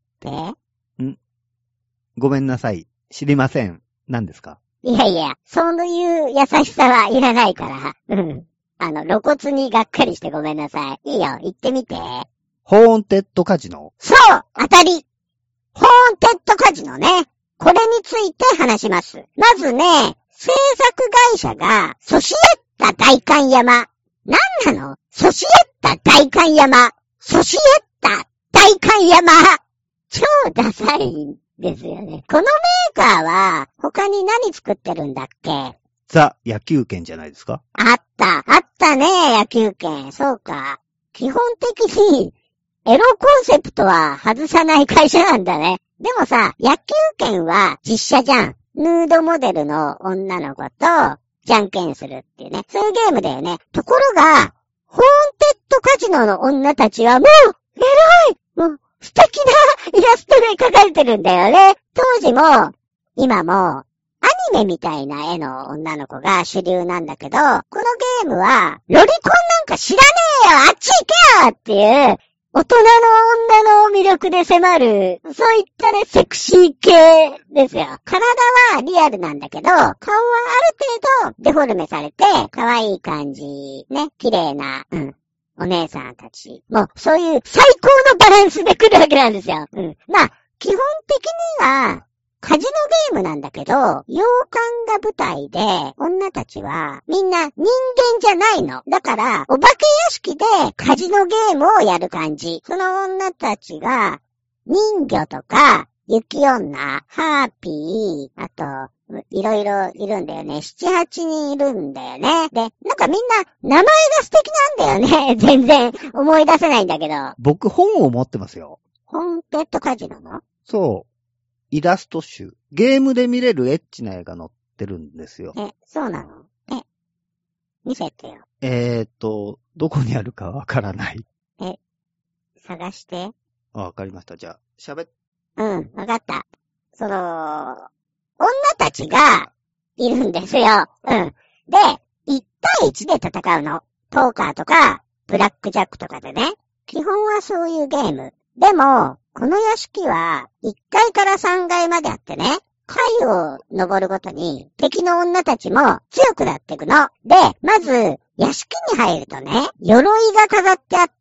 ん？ごめんなさい。知りません。何ですか？ いやいや、そういう優しさはいらないから。うん。あの、露骨にがっかりしてごめんなさい。いいよ、言ってみて。 ホーンテッドカジノ。 そう当たりホーンテッドカジノね。これについて話します。まずね、制作会社が、ソシエッタ代官山。なんなの？ソシエッタ代官山。ソシエッタ代官山。超ダサいんですよね。このメーカーは、他に何作ってるんだっけ？ ザ野球拳じゃないですか？ あった。あったね、野球拳。そうか。基本的に、エロコンセプトは外さない会社なんだね。でもさ、野球拳は実写じゃん。ヌードモデルの女の子と、じゃんけんするっていうね。そういうゲームだよね。ところが、ホーンテッドカジノの女たちはもう、エロいもう、素敵なイラストで描かれてるんだよね。当時も、今も、アニメみたいな絵の女の子が主流なんだけど、このゲームは、ロリコンなんか知らねえよあっち行けよっていう、大人の女の魅力で迫る、そういったね、セクシー系ですよ。体はリアルなんだけど、顔はある程度デフォルメされて、可愛い感じ、ね、綺麗な、うん、お姉さんたち。もう、そういう最高のバランスで来るわけなんですよ。うん。まあ、 基本的には、カジノゲームなんだけど、洋館が舞台で、女たちはみんな人間じゃないの。だから、お化け屋敷でカジノゲームをやる感じ。その女たちが、人魚とか、雪女、ハーピー、あと、いろいろいるんだよね。七八人いるんだよね。で、なんかみんな名前が素敵なんだよね。全然思い出せないんだけど。 僕本を持ってますよ。 ホーンテッドカジノの？ そう。イラスト集。ゲームで見れるエッチな絵が載ってるんですよ。 え、そうなの？え、見せてよ。 えーっと、どこにあるかわからない。 え、探して。 あ、わかりました。じゃあ、喋っ、 うん、わかった。その、女たちがいるんですよ。うん。で、いち対いちで戦うの。ポーカーとか、ブラックジャックとかでね。基本はそういうゲーム。でも、この屋敷はいっかいからさんがいまであってね、階を登るごとに敵の女たちも強くなっていくの。で、まず、屋敷に入るとね、鎧が飾ってあって、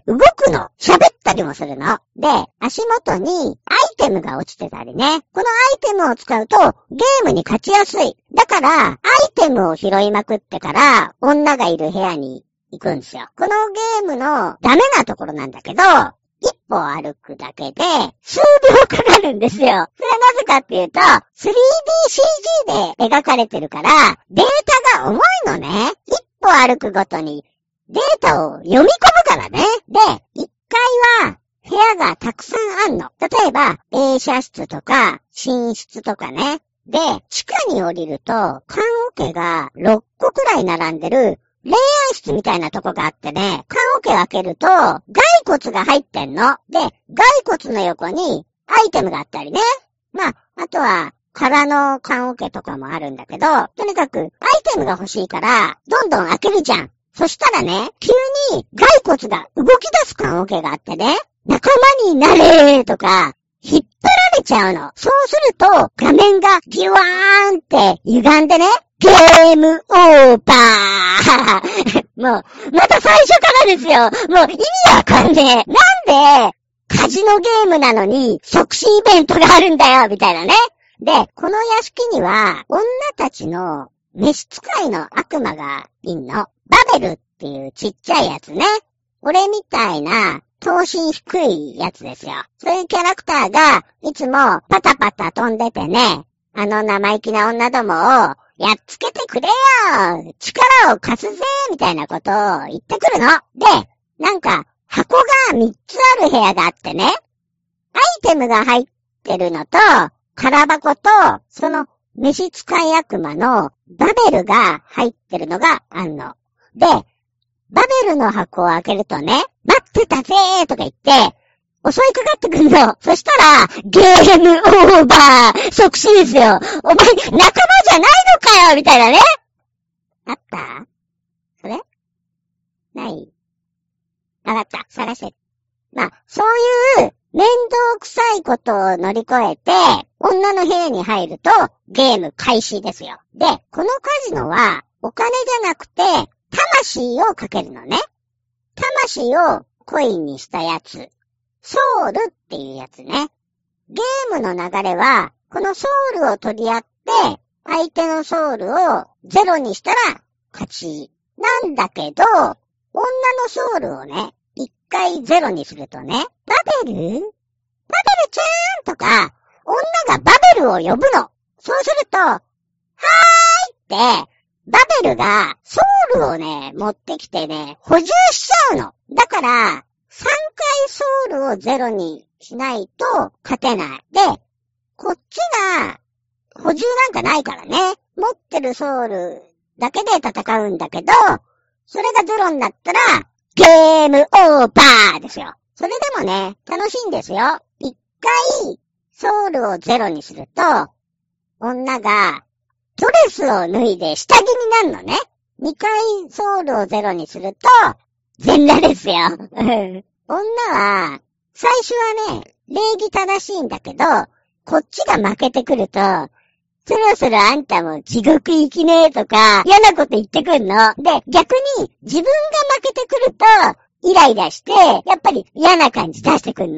動くの。喋ったりもするの。で、足元にアイテムが落ちてたりね。このアイテムを使うとゲームに勝ちやすい。だから、アイテムを拾いまくってから女がいる部屋に行くんですよ。このゲームのダメなところなんだけど、一歩歩くだけで数秒かかるんですよ。それはなぜかっていうと、スリーディーシージー で描かれてるから、データが重いのね。一歩歩くごとにデータを読み込むからね。で、一階は部屋がたくさんあんの。例えば、映写室とか寝室とかね。で、地下に降りると、棺桶がろっこくらい並んでる霊安室みたいなとこがあってね、棺桶を開けると、骸骨が入ってんの。で、骸骨の横にアイテムがあったりね。まあ、あとは、空の棺桶とかもあるんだけど、とにかくアイテムが欲しいから、どんどん開けるじゃん。そしたらね、急に骸骨が動き出す棺桶があってね、仲間になれーとか、引っ張られちゃうの。そうすると、画面がギワーンって歪んでね、ゲームオーバーもう、また最初からですよ。もう意味わかんねえ。なんで、カジノゲームなのに、即死イベントがあるんだよ、みたいなね。で、この屋敷には、女たちの召使いの悪魔がいんの。バベルっていうちっちゃいやつね。俺みたいな、頭身低いやつですよ。そういうキャラクターが、いつもパタパタ飛んでてね、あの生意気な女どもを、やっつけてくれよ力を貸すぜみたいなことを言ってくるの。で、なんか、箱がみっつある部屋があってね、アイテムが入ってるのと、空箱と、その、召使い悪魔のバベルが入ってるのがあんの。で、バベルの箱を開けるとね、待ってたぜーとか言って、襲いかかってくんの。そしたら、ゲームオーバー即死ですよ。お前、仲間じゃないのかよみたいなね。あったそれないあがった。探して。まあ、そういう面倒くさいことを乗り越えて、女の部屋に入ると、ゲーム開始ですよ。で、このカジノは、お金じゃなくて、魂をかけるのね。魂をコインにしたやつ。ソウルっていうやつね。ゲームの流れは、このソウルを取り合って、相手のソウルをゼロにしたら勝ち。なんだけど、女のソウルをね、一回ゼロにするとね、バベルバベルちゃーんとか、女がバベルを呼ぶの。そうすると、はーいって、バベルがソウルをね、持ってきてね、補充しちゃうの。だから、さんかいソウルをゼロにしないと勝てない。で、こっちが補充なんかないからね。持ってるソウルだけで戦うんだけど、それがゼロになったらゲームオーバーですよ。それでもね、楽しいんですよ。一回ソウルをゼロにすると、女がドレスを脱いで下着になるのね。二回ソウルをゼロにすると、全裸ですよ。女は、最初はね、礼儀正しいんだけど、こっちが負けてくると、そろそろあんたも地獄行きねえとか、嫌なこと言ってくんの。で、逆に自分が負けてくると、イライラして、やっぱり嫌な感じ出してくんの。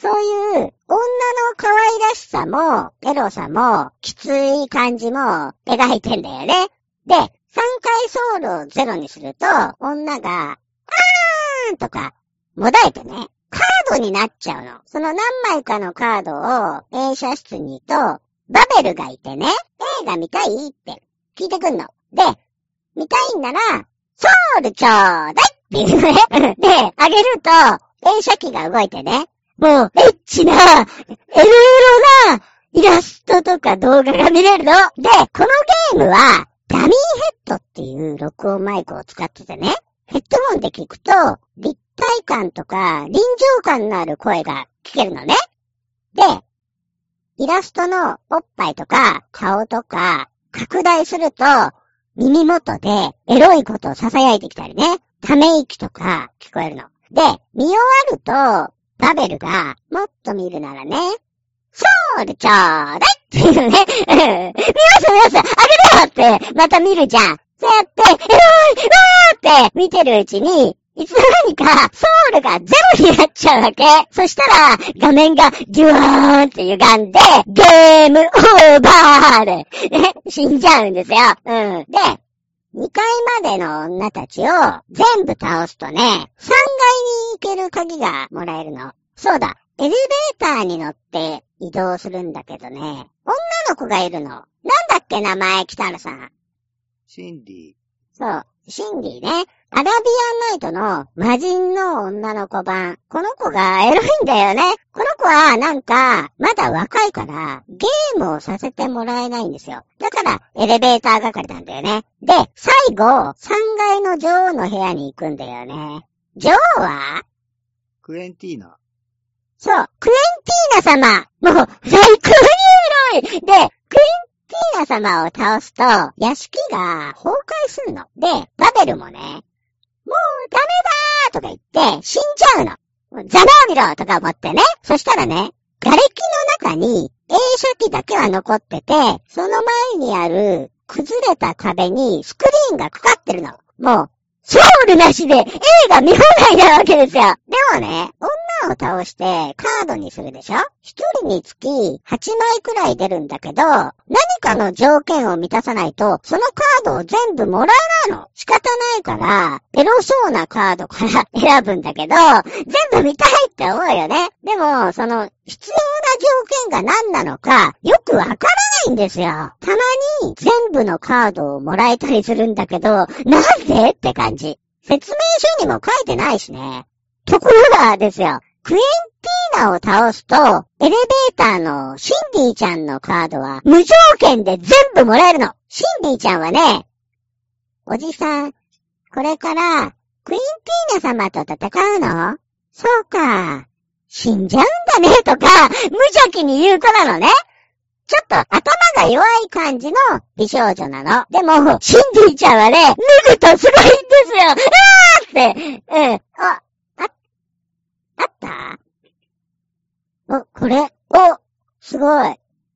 そういう女の可愛らしさも、エロさも、きつい感じも描いてんだよね。で、さんかいソウルをゼロにすると、女が、あーんとか、もだえてね、カードになっちゃうの。その何枚かのカードを映写室にと、バベルがいてね、映画見たいって聞いてくんの。で、見たいんなら、ソウルちょうだいっていうね。で、あげると、映写機が動いてね、もう、エッチな、エロエロな、イラストとか動画が見れるの。で、このゲームは、ダミーヘッドっていう録音マイクを使っててね、ヘッドホンで聞くと、立体感とか臨場感のある声が聞けるのね。で、イラストのおっぱいとか顔とか拡大すると、耳元でエロいことを囁いてきたりね、ため息とか聞こえるの。で、見終わると、バベルがもっと見るならね、ソウルちょうだいっていうね、見ます見ますあげるよってまた見るじゃん。そうやって、エロいわーって見てるうちに、いつの間にかソウルがゼロになっちゃうわけ。そしたら画面がギュワーンって歪んで、ゲームオーバーで、ね、死んじゃうんですよ。うん。で、にかいまでの女たちを全部倒すとね、さんがいに行ける鍵がもらえるの。そうだ、エレベーターに乗って移動するんだけどね、女の子がいるの。なんだっけ名前、北野さん。 シンディ。 そう、シンディね。アラビアンナイトの魔人の女の子版。この子がエロいんだよね。この子はなんか、まだ若いから、ゲームをさせてもらえないんですよ。だから、エレベーター係なんだよね。で、最後、さんがいの女王の部屋に行くんだよね。女王はクエンティーナ。 そう、クエンティーナ様。もう、最高にエロい。で、クエンティーナ様を倒すと、屋敷が崩壊するの。で、バベルもね、もうダメだーとか言って死んじゃうの。ざまあみろとか思ってね。そしたらね、瓦礫の中に映写機だけは残ってて、その前にある崩れた壁にスクリーンがかかってるの。もう、ソウルなしで映画見放題なわけですよ。でもね、女を倒してカードにするでしょ？一人につきはちまいくらい出るんだけど、何かの条件を満たさないと、そのカードを全部もらえないの。仕方ないから、エロそうなカードから選ぶんだけど、全部見たいって思うよね。でも、その、必要な条件が何なのか、よくわからないんですよ。たまに全部のカードをもらえたりするんだけど、なぜって感じ。説明書にも書いてないしね。ところがですよ、クエンティーナを倒すと、エレベーターのシンディちゃんのカードは無条件で全部もらえるの。シンディちゃんはね、おじさん、これからクイーンティーナ様と戦うの？そうか。死んじゃうんだねとか、無邪気に言う子なのね。ちょっと頭が弱い感じの美少女なの。でも、シンディちゃんはね、脱ぐとすごいんですよ。あーって、うん。あ、あ、あったお、これ、お、すごい。あー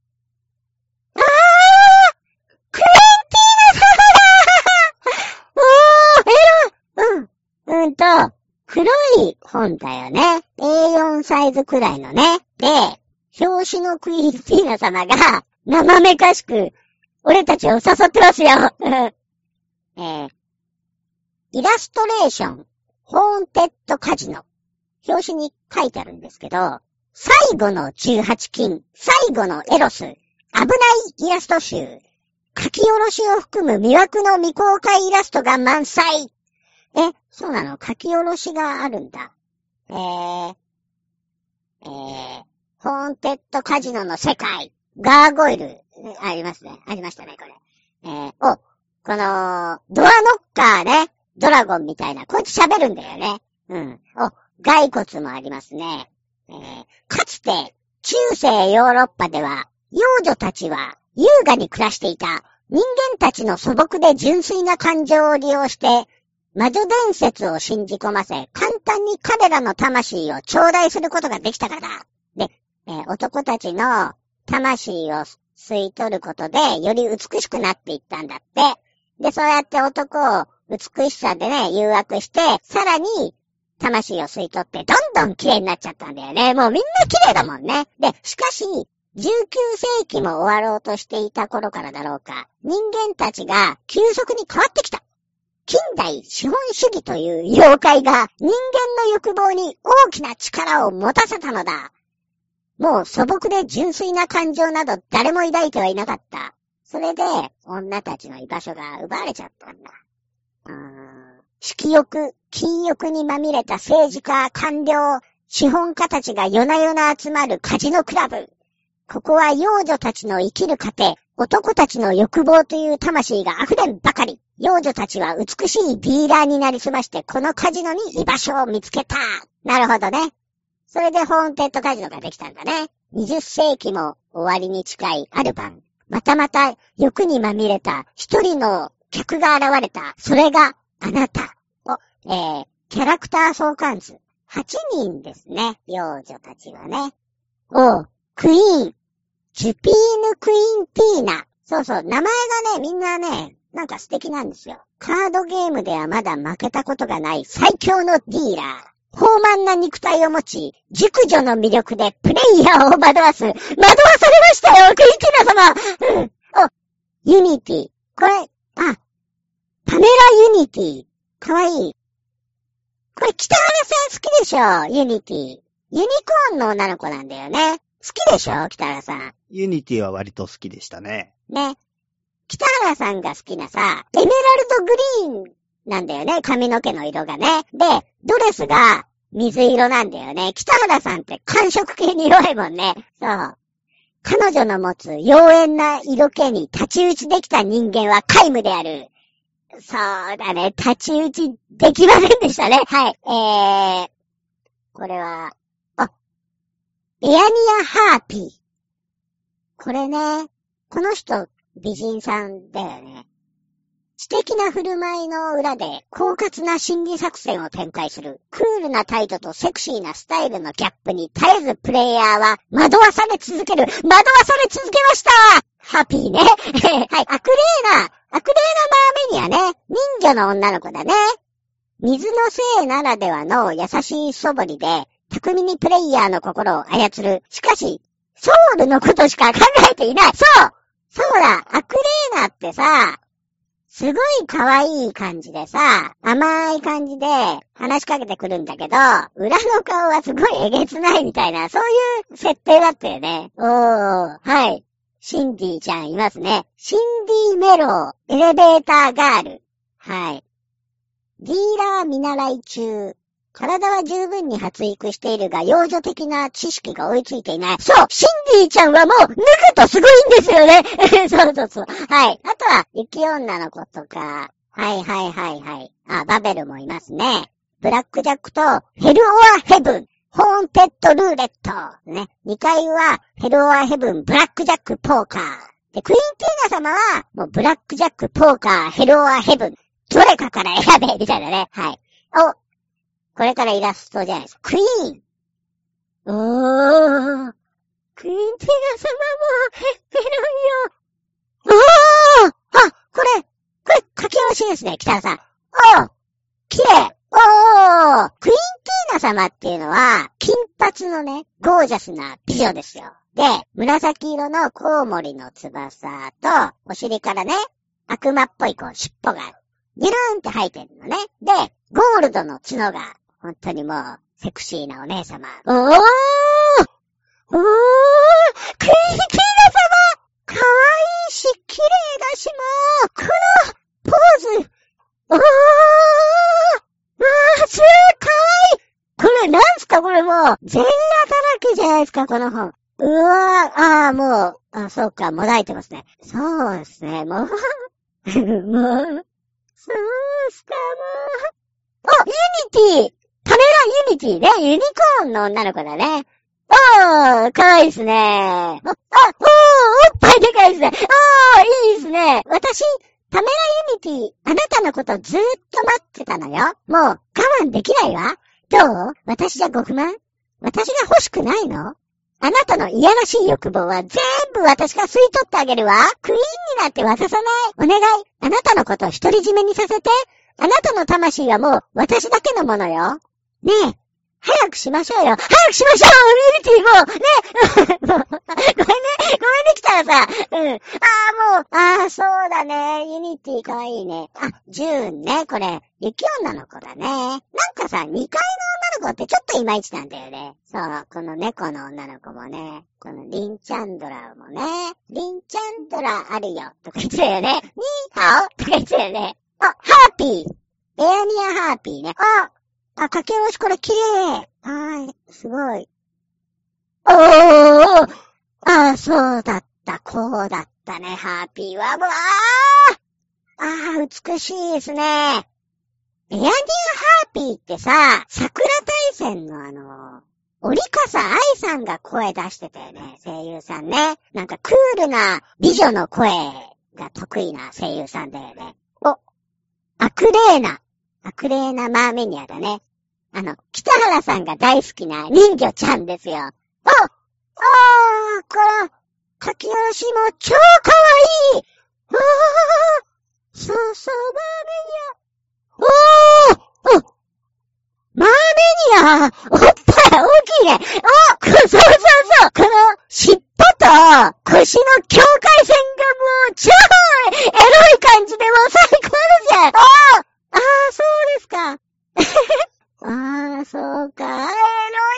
クエンティーナ様だおー、エロうん、うんと、黒い本だよね。エーよん サイズくらいのね。で、表紙のクイーンティーナ様が生めかしく俺たちを誘ってますよ。えー、イラストレーション、ホーンテッドカジノ。表紙に書いてあるんですけど、最後のじゅうはちきん、最後のエロス、危ないイラスト集、書き下ろしを含む魅惑の未公開イラストが満載。え、そうなの？書き下ろしがあるんだ。えー、えー、ホーンテッドカジノの世界、ガーゴイル、ありますね。ありましたね、これ。えー、お、この、ドアノッカーね、ドラゴンみたいな、こいつ喋るんだよね。うん。お、骸骨もありますね。えー、かつて、中世ヨーロッパでは、幼女たちは優雅に暮らしていた人間たちの素朴で純粋な感情を利用して、魔女伝説を信じ込ませ、簡単に彼らの魂を頂戴することができたからだ。で、えー、男たちの魂を吸い取ることで、より美しくなっていったんだって。で、そうやって男を美しさでね、誘惑して、さらに魂を吸い取ってどんどん綺麗になっちゃったんだよね。もうみんな綺麗だもんね。で、しかし、じゅうきゅうせいきも終わろうとしていた頃からだろうか、人間たちが急速に変わってきた。近代資本主義という妖怪が人間の欲望に大きな力を持たせたのだ。もう素朴で純粋な感情など誰も抱いてはいなかった。それで女たちの居場所が奪われちゃったんだ。うーん、色欲、金欲にまみれた政治家、官僚、資本家たちが夜な夜な集まるカジノクラブ。ここは幼女たちの生きる糧、男たちの欲望という魂が溢れんばかり。幼女たちは美しいディーラーになりすましてこのカジノに居場所を見つけた。なるほどね。それでホーンテッドカジノができたんだね。にじゅっせいきも終わりに近いある晩、またまた欲にまみれた一人の客が現れた。それがあなた。お、えー、キャラクター相関図。はちにんですね。幼女たちはね。おう、クイーン。ジュピーヌクイーンピーナ。そうそう、名前がね、みんなね、なんか素敵なんですよ。カードゲームではまだ負けたことがない最強のディーラー。豊満な肉体を持ち、熟女の魅力でプレイヤーを惑わす。惑わされましたよ、クイーンピーナ様。うん。お、ユニティ。これ、あ、パメラユニティ。かわいい。これ北原さん好きでしょ、ユニティ。ユニコーンの女の子なんだよね。好きでしょ、北原さん。 ユニティは割と好きでしたね。 ね。北原さんが好きなさ、エメラルドグリーンなんだよね、髪の毛の色がね。で、ドレスが水色なんだよね。北原さんって寒色系に弱いもんね。そう。彼女の持つ妖艶な色気に太刀打ちできた人間は皆無である。そうだね、太刀打ちできませんでしたね。はい。えー、これは、あ、エアニアハーピー。これね、この人、美人さんだよね。知的な振る舞いの裏で、狡猾な心理作戦を展開する。クールな態度とセクシーなスタイルのギャップに絶えずプレイヤーは惑わされ続ける。惑わされ続けました。ハッピーね。はい。アクレーナ、アクレーナマーメニアね。人魚の女の子だね。水の精ならではの優しい素振りで、巧みにプレイヤーの心を操る。しかし、ソウルのことしか考えていない。そうそうだ、アクレーナってさ、すごい可愛い感じでさ、甘い感じで話しかけてくるんだけど、裏の顔はすごいえげつないみたいな、そういう設定だったよね。おー、はい。シンディちゃんいますね。シンディメロー、エレベーターガール。はい。ディーラー見習い中。体は十分に発育しているが、幼女的な知識が追いついていない。そう、シンディちゃんはもう、脱ぐとすごいんですよね。そうそうそう。はい。あとは、雪女の子とか、はいはいはいはい。あ、バベルもいますね。ブラックジャックと、ヘルオアヘブン、ホーンテッドルーレット。ね。にかいは、ヘルオアヘブン、ブラックジャックポーカー。で、クイーンティーナ様は、もうブラックジャックポーカー、ヘルオアヘブン。どれかから選べ、みたいなね。はい。お、これからイラストじゃないですか。クイーン。おー。クイーンティーナ様も減ってるよ。おー。あ、これ、これ書き下ろしですね、北原さん。おー。綺麗。おー。クイーンティーナ様っていうのは、金髪のね、ゴージャスな美女ですよ。で、紫色のコウモリの翼と、お尻からね、悪魔っぽいこう尻尾がある。ギュルーンって生えてるのね。で、ゴールドの角が、本当にもう、セクシーなお姉様。おーおークイーンティーナ様かわいいし、綺麗だし、もうこの、ポーズおーわーすーかわいいこれなんすかこれもう、全裸だらけじゃないですか、この本。うわー、あーもう、あ、そうか、もだいてますね。そうですね、もう、もう、そうっすか、もう。あ、ユニティパメラユニティね。ユニコーンの女の子だね。おー、かわいいですね。あ、あ、おー、おっぱいでかいですね。おー、いいですね。私、パメラユニティ、あなたのことずーっと待ってたのよ。もう、我慢できないわ。どう？私じゃご不満？私が欲しくないの？あなたのいやらしい欲望は全部私が吸い取ってあげるわ。クイーンになって渡さない。お願い。あなたのことを独り占めにさせて。あなたの魂はもう私だけのものよ。 ねえ、早くしましょうよ。早くしましょうユニティもう、ね。ごめんね。ごめんね、来たらさ。うん。ああ、もう、ああ、そうだね。ユニティかわいいね。あ、ジューンね。これ、雪女の子だね。なんかさ、にかいの女の子ってちょっといまいちなんだよね。そう、この猫の女の子もね。このリンチャンドラもね。リンチャンドラあるよ。とか言ってたよね。ニーハオとか言ってたよね。あ、ハーピー。エアニアハーピーね。あ、あ、書き下ろしこれ綺麗。はい、すごい。おー、ああ、そうだった、こうだったね、ハーピーは。もう、ああ、ああ、美しいですね。エアニアハーピーってさ、桜大戦のあの、折笠愛さんが声出してたよね、声優さんね。なんかクールな美女の声が得意な声優さんだよね。お、アクレーナ。アクレーナマーメニアだね。あの、北原さんが大好きな人魚ちゃんですよ。あ、あー、これ、書き下ろしも超かわいい。あー、そうそう、マーメニア。おー、お、マーメニア、おっぱい大きいね。あ、そうそうそう、この尻尾と腰の境界線がもう超エロい感じでもう最高ですよ。あー、あー、そうですか。ああ、そうか。エロいな。ああ、もう、マメ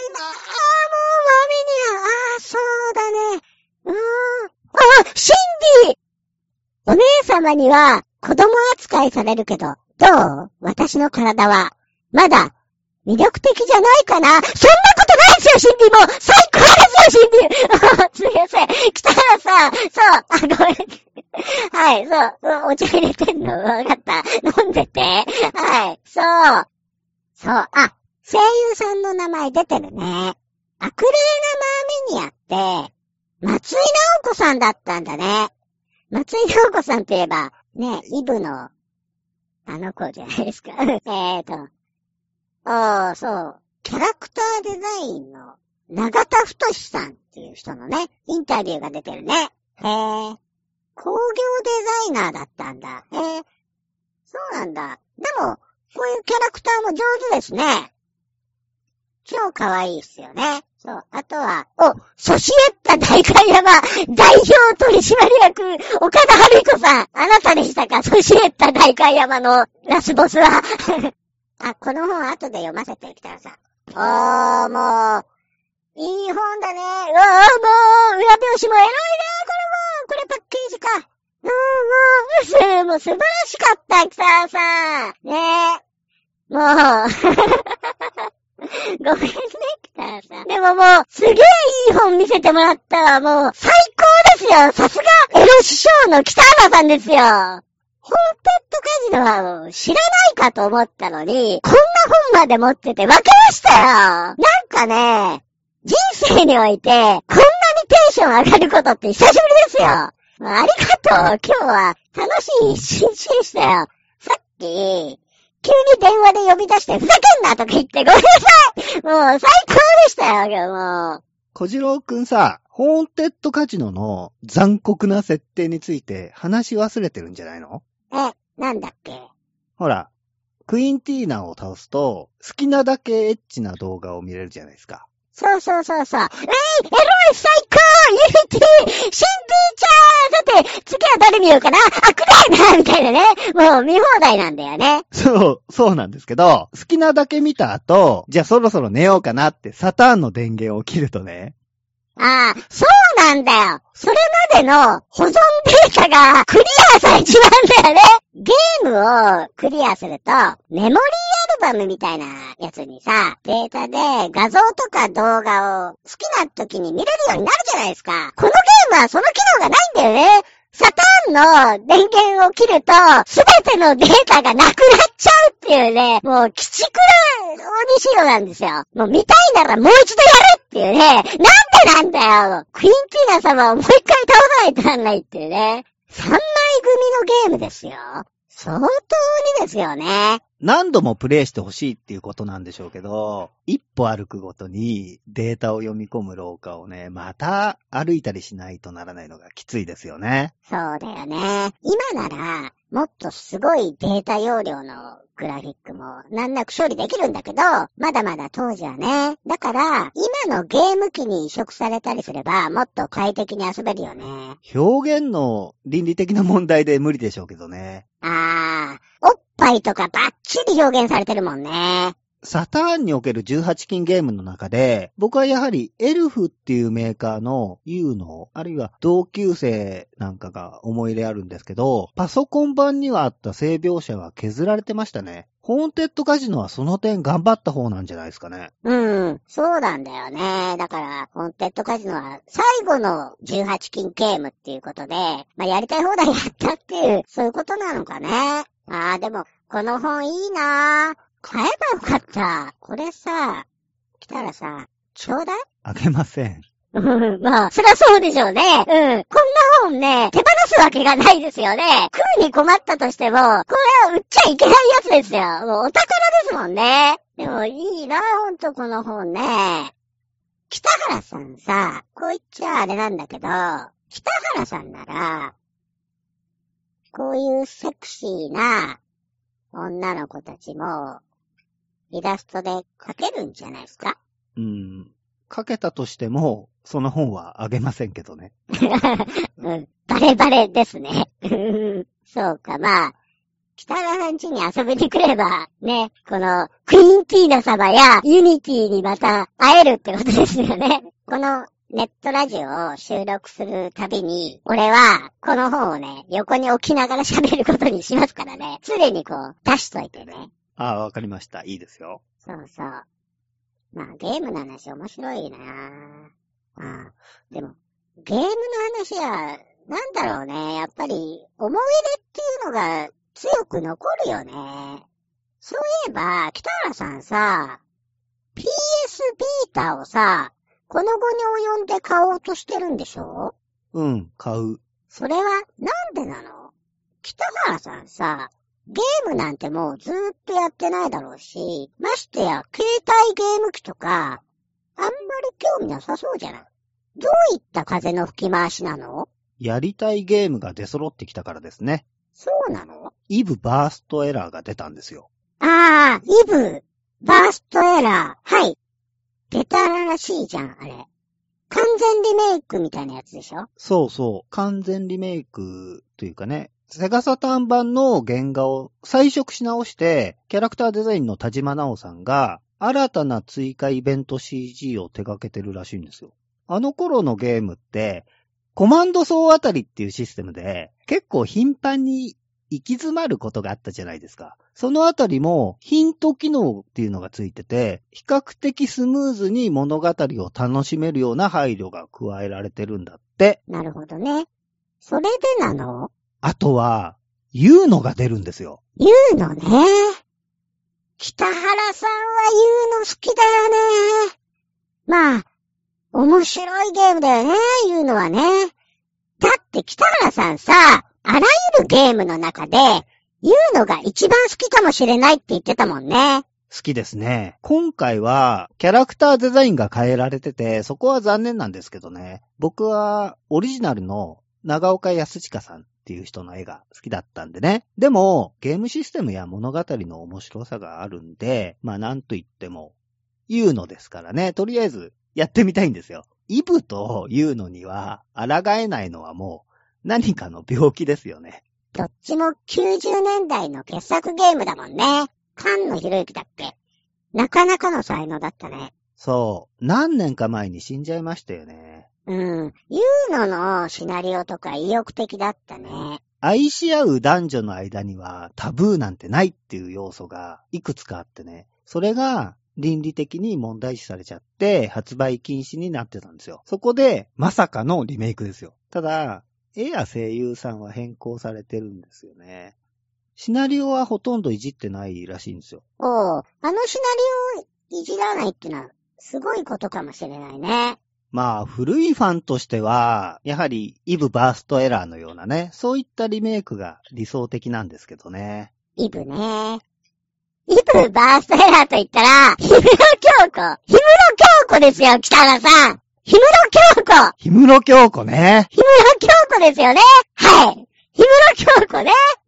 ニア。ああ、そうだね。うーん。あ、シンディお姉様には子供扱いされるけど、どう？私の体は、まだ、魅力的じゃないかな？そんなことないですよ、シンディもう最高ですよ、シンディすいません。来たらさ、そう、あ、ごめん。はい、そう、お茶入れてんの、わかった。飲んでて。はい、そう。そう、あ、声優さんの名前出てるね。アクレーナマーメニアって、松井直子さんだったんだね。松井直子さんといえば、ね、イブの、あの子じゃないですか。えーと、おー、そう、キャラクターデザインの、永田太さんっていう人のね、インタビューが出てるね。へー、工業デザイナーだったんだ。へー、そうなんだ。でも、こういうキャラクターも上手ですね。超可愛いっすよね。そう。あとは、お、ソシエッタ大会山代表取締役、岡田春彦さん。あなたでしたか？ソシエッタ大会山のラスボスは。あ、この本後で読ませてきたらさ。おー、もう、いい本だね。うわー、もう、裏表紙もエロいね。これも、これパッケージか。うん、もう、もう素晴らしかった、北原さん。ねえ。もう、ごめんね、北原さん。でももう、すげえいい本見せてもらったわ。もう、最高ですよ。さすが、エロ師匠の北原さんですよ。ホーンテッドカジノはもう知らないかと思ったのに、こんな本まで持ってて分けましたよ。なんかね、人生において、こんなにテンション上がることって久しぶりですよ。ありがとう。今日は楽しい一日でしたよ。さっき、急に電話で呼び出してふざけんなとか言ってごめんなさい。もう最高でしたよ、今日もう。 小次郎くんさ、ホーンテッドカジノの残酷な設定について話し忘れてるんじゃないの？ え、なんだっけ？ ほら、クイーンティーナを倒すと、好きなだけエッチな動画を見れるじゃないですか。 そうそうそうそう。えい、エロい最高ユニティシンディーちゃんさて、次は誰見ようかなあ、くらいなみたいなね。もう見放題なんだよね。 そう、そうなんですけど、好きなだけ見た後、じゃあそろそろ寝ようかなってサターンの電源を切るとね。 ああ、そうなんだよ。それまでの保存データがクリアされちまうんだよね。ゲームをクリアすると、メモリーアルバムみたいなやつにさ、データで画像とか動画を好きな時に見れるようになるじゃないですか。このゲームはその機能がないんだよね。サターンの電源を切ると、すべてのデータがなくなっちゃうっていうね、もう、鬼畜な鬼仕様なんですよ。もう見たいならもう一度やるっていうね、なんでなんだよクイーンティーナ様をもう一回倒さないとなんないっていうね。三枚組のゲームですよ。相当にですよね。 何度もプレイしてほしいっていうことなんでしょうけど、一歩歩くごとにデータを読み込む廊下をね、また歩いたりしないとならないのがきついですよね。 そうだよね。今なら、 もっとすごいデータ容量のグラフィックも難なく処理できるんだけど、まだまだ当時はね。だから、今のゲーム機に移植されたりすれば、もっと快適に遊べるよね。 表現の倫理的な問題で無理でしょうけどね。 あー、おっぱいとかバッチリ表現されてるもんね。 サターンにおけるじゅうはち禁ゲームの中で、僕はやはりエルフっていうメーカーの ユー の、あるいは同級生なんかが思い入れあるんですけど、パソコン版にはあった性描写が削られてましたね。ホーンテッドカジノはその点頑張った方なんじゃないですかね。 うん、そうなんだよね。だから、ホーンテッドカジノは最後のじゅうはち禁ゲームっていうことで、まあ、やりたい放題やったっていう、そういうことなのかね。あー、でも、この本いいなぁ。買えばよかった。これさ、来たらさ、ちょうだい？ あげません。 うん、まあ、そりゃそうでしょうね。うん。こんな本ね、手放すわけがないですよね。食うに困ったとしても、これは売っちゃいけないやつですよ。もうお宝ですもんね。でもいいな、ほんとこの本ね。北原さんさ、こう言っちゃあれなんだけど、北原さんなら、こういうセクシーな女の子たちも、イラストで描けるんじゃないですか？ うん。描けたとしても、その本はあげませんけどね。 うん、バレバレですね。そうか、まあ、北原さん家に遊びに来れば、ね、この、クイーンティーナ様やユニティにまた会えるってことですよね。このネットラジオを収録するたびに、俺は、この本をね、横に置きながら喋ることにしますからね。常にこう、出しといてね。 ああ、わかりました。いいですよ。 そうそう。まあ、ゲームの話面白いなぁ。ああ、でも、ゲームの話は、なんだろうね。やっぱり、思い出っていうのが強く残るよね。そういえば、北原さんさ、ピーエス ビータをさ、この後に及んで買おうとしてるんでしょ？ うん、買う。 それは、なんでなの？北原さんさ、ゲームなんてもうずーっとやってないだろうし、ましてや携帯ゲーム機とか、あんまり興味なさそうじゃない？どういった風の吹き回しなの？ やりたいゲームが出揃ってきたからですね。 そうなの？ イブバーストエラーが出たんですよ。 ああ、イブ、バーストエラー。はい。出たらしいじゃん、あれ。完全リメイクみたいなやつでしょ？ そうそう。完全リメイクというかね、セガサターン版の原画を彩色し直して、キャラクターデザインの田島直さんが、新たな追加イベント シージー を手掛けてるらしいんですよ。あの頃のゲームって、コマンド層あたりっていうシステムで、結構頻繁に行き詰まることがあったじゃないですか。そのあたりもヒント機能っていうのがついてて、比較的スムーズに物語を楽しめるような配慮が加えられてるんだって。 なるほどね。それでなの？ あとは、ユーノが出るんですよ。 ユーノね。北原さんはユーノ好きだよね。まあ、面白いゲームだよね、ユーノはね。だって北原さんさ、あらゆるゲームの中で、ユーノが一番好きかもしれないって言ってたもんね。 好きですね。今回はキャラクターデザインが変えられてて、そこは残念なんですけどね。僕はオリジナルの長岡康親さんっていう人の絵が好きだったんでね。でも、ゲームシステムや物語の面白さがあるんで、まあなんと言っても、ユーノですからね。とりあえずやってみたいんですよ。イブとユーノには抗えないのはもう何かの病気ですよね。 どっちもきゅうじゅうねんだいの傑作ゲームだもんね。菅野博之だっけ？なかなかの才能だったね。 そう。何年か前に死んじゃいましたよね。 うん。ユーノのシナリオとか意欲的だったね。 愛し合う男女の間にはタブーなんてないっていう要素がいくつかあってね。それが倫理的に問題視されちゃって発売禁止になってたんですよ。そこでまさかのリメイクですよ。ただ、絵や声優さんは変更されてるんですよね。シナリオはほとんどいじってないらしいんですよ。 おう、あのシナリオをいじらないってのはすごいことかもしれないね。 まあ、古いファンとしては、やはりイブバーストエラーのようなね、そういったリメイクが理想的なんですけどね。 イブね。イブバーストエラーと言ったら、氷室京子。氷室京子ですよ、北原さん。氷室京子。 氷室京子ね。 氷室京子ですよね。はい。氷室京子ね。なんで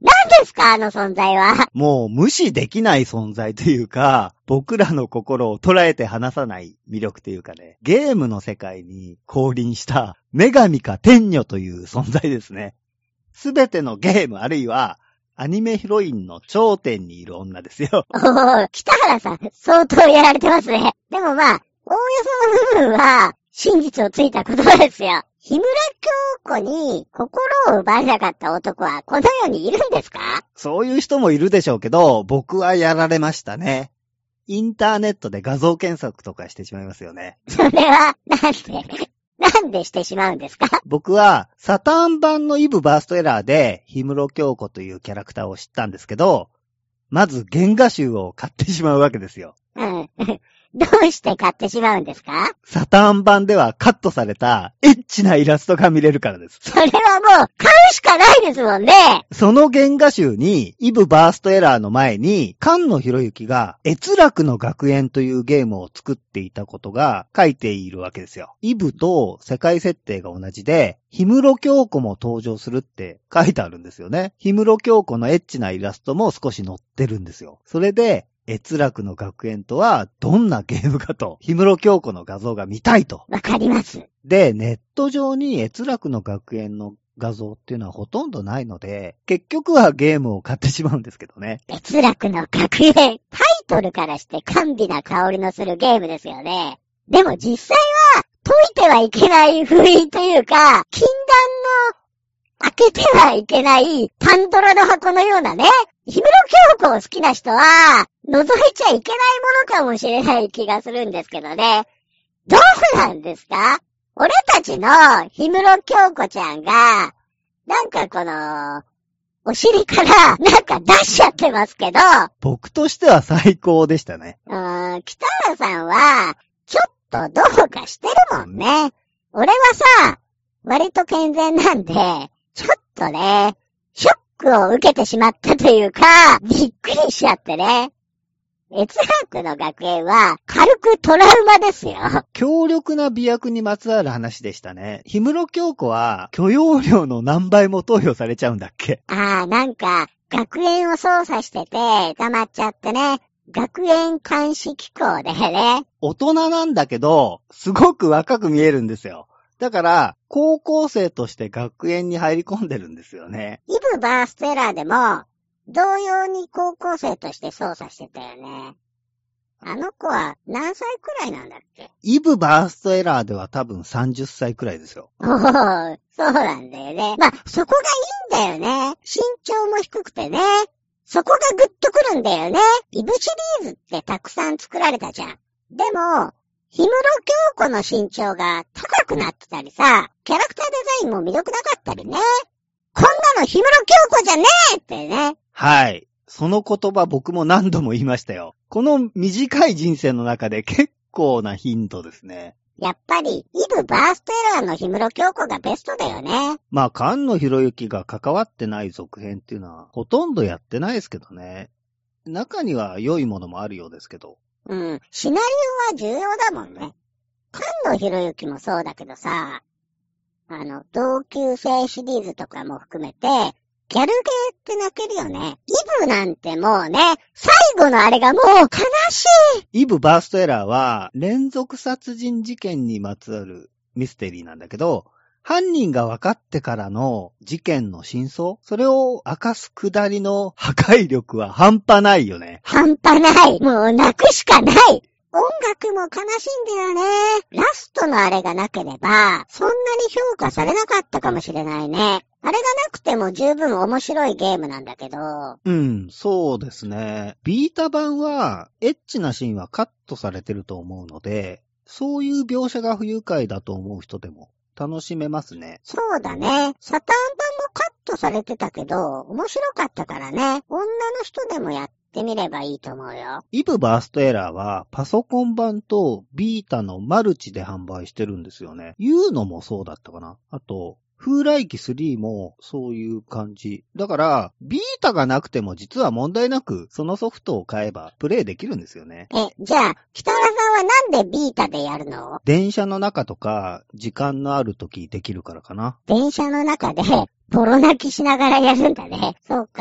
ですか、あの存在は。 もう無視できない存在というか、僕らの心を捉えて離さない魅力というかね、ゲームの世界に降臨した女神か天女という存在ですね。すべてのゲームあるいはアニメヒロインの頂点にいる女ですよ。 おー、北原さん、相当やられてますね。でもまあ、おおよその部分は真実をついた言葉ですよ。日村京子に心を奪われなかった男はこの世にいるんですか？ そういう人もいるでしょうけど、僕はやられましたね。インターネットで画像検索とかしてしまいますよね。 それは、なんで、なんでしてしまうんですか？ 僕は、サターン版のイブバーストエラーで、氷室京子というキャラクターを知ったんですけど、まず原画集を買ってしまうわけですよ。 うん。どうして買ってしまうんですか？ サターン版ではカットされたエッチなイラストが見れるからです。 それはもう買うしかないですもんね。 その原画集にイブバーストエラーの前に菅野博之が閲楽の学園というゲームを作っていたことが書いているわけですよ。イブと世界設定が同じで氷室京子も登場するって書いてあるんですよね。氷室京子のエッチなイラストも少し載ってるんですよ。それで閲楽の学園とはどんなゲームかと、氷室京子の画像が見たいと。 わかります。 で、ネット上に閲楽の学園の画像っていうのはほとんどないので、結局はゲームを買ってしまうんですけどね。 閲楽の学園。タイトルからして甘美な香りのするゲームですよね。でも実際は解いてはいけない封印というか、禁断の開けてはいけないパンドラの箱のようなね、氷室京子を好きな人は覗いちゃいけないものかもしれない気がするんですけどね。どうなんですか？俺たちの氷室京子ちゃんが、なんかこの、お尻からなんか出しちゃってますけど、 僕としては最高でしたね。 うーん、北原さんは、ちょっとどうかしてるもんね。俺はさ、割と健全なんで、ちょっとね、ショックを受けてしまったというか、びっくりしちゃってね。閲楽の学園は軽くトラウマですよ。 強力な美薬にまつわる話でしたね。氷室京子は許容量の何倍も投与されちゃうんだっけ？ ああ、なんか、学園を操作してて、溜まっちゃってね。学園監視機構でね。 大人なんだけど、すごく若く見えるんですよ。だから、高校生として学園に入り込んでるんですよね。 イブバーストエラーでも、同様に高校生として操作してたよね。あの子は何歳くらいなんだっけ？ イブバーストエラーでは多分さんじゅっさいくらいですよ。 おー、そうなんだよね。まあ、そこがいいんだよね。身長も低くてね。そこがグッとくるんだよね。イブシリーズってたくさん作られたじゃん。でも、氷室京子の身長が高くなってたりさ、キャラクターデザインも魅力なかったりね。こんなの氷室京子じゃねえってね。 はい。その言葉僕も何度も言いましたよ。この短い人生の中で結構なヒントですね。 やっぱり、イブバーストエラーの氷室京子がベストだよね。 まあ、菅野博之が関わってない続編っていうのはほとんどやってないですけどね。中には良いものもあるようですけど。 うん。シナリオは重要だもんね。菅野博之もそうだけどさ、あの、同級生シリーズとかも含めて、ギャルゲーって泣けるよね。イブなんてもうね、最後のあれがもう悲しい。 イブバーストエラーは連続殺人事件にまつわるミステリーなんだけど、犯人が分かってからの事件の真相、それを明かすくだりの破壊力は半端ないよね。 半端ない。もう泣くしかない。音楽も悲しいんだよね。ラストのあれがなければ、そんなに評価されなかったかもしれないね。あれがなくても十分面白いゲームなんだけど。 うん、そうですね。ビータ版はエッチなシーンはカットされてると思うので、そういう描写が不愉快だと思う人でも楽しめますね。 そうだね。サターン版もカットされてたけど、面白かったからね。女の人でもやってみればいいと思うよ。 イブバーストエラーはパソコン版とビータのマルチで販売してるんですよね。ユーノもそうだったかな。あと、風来機スリーもそういう感じ。だから、ビータがなくても実は問題なく、そのソフトを買えばプレイできるんですよね。 え、じゃあ、北原さんはなんでビータでやるの？ 電車の中とか、時間のある時できるからかな。 電車の中で、ボロ泣きしながらやるんだね。そうか。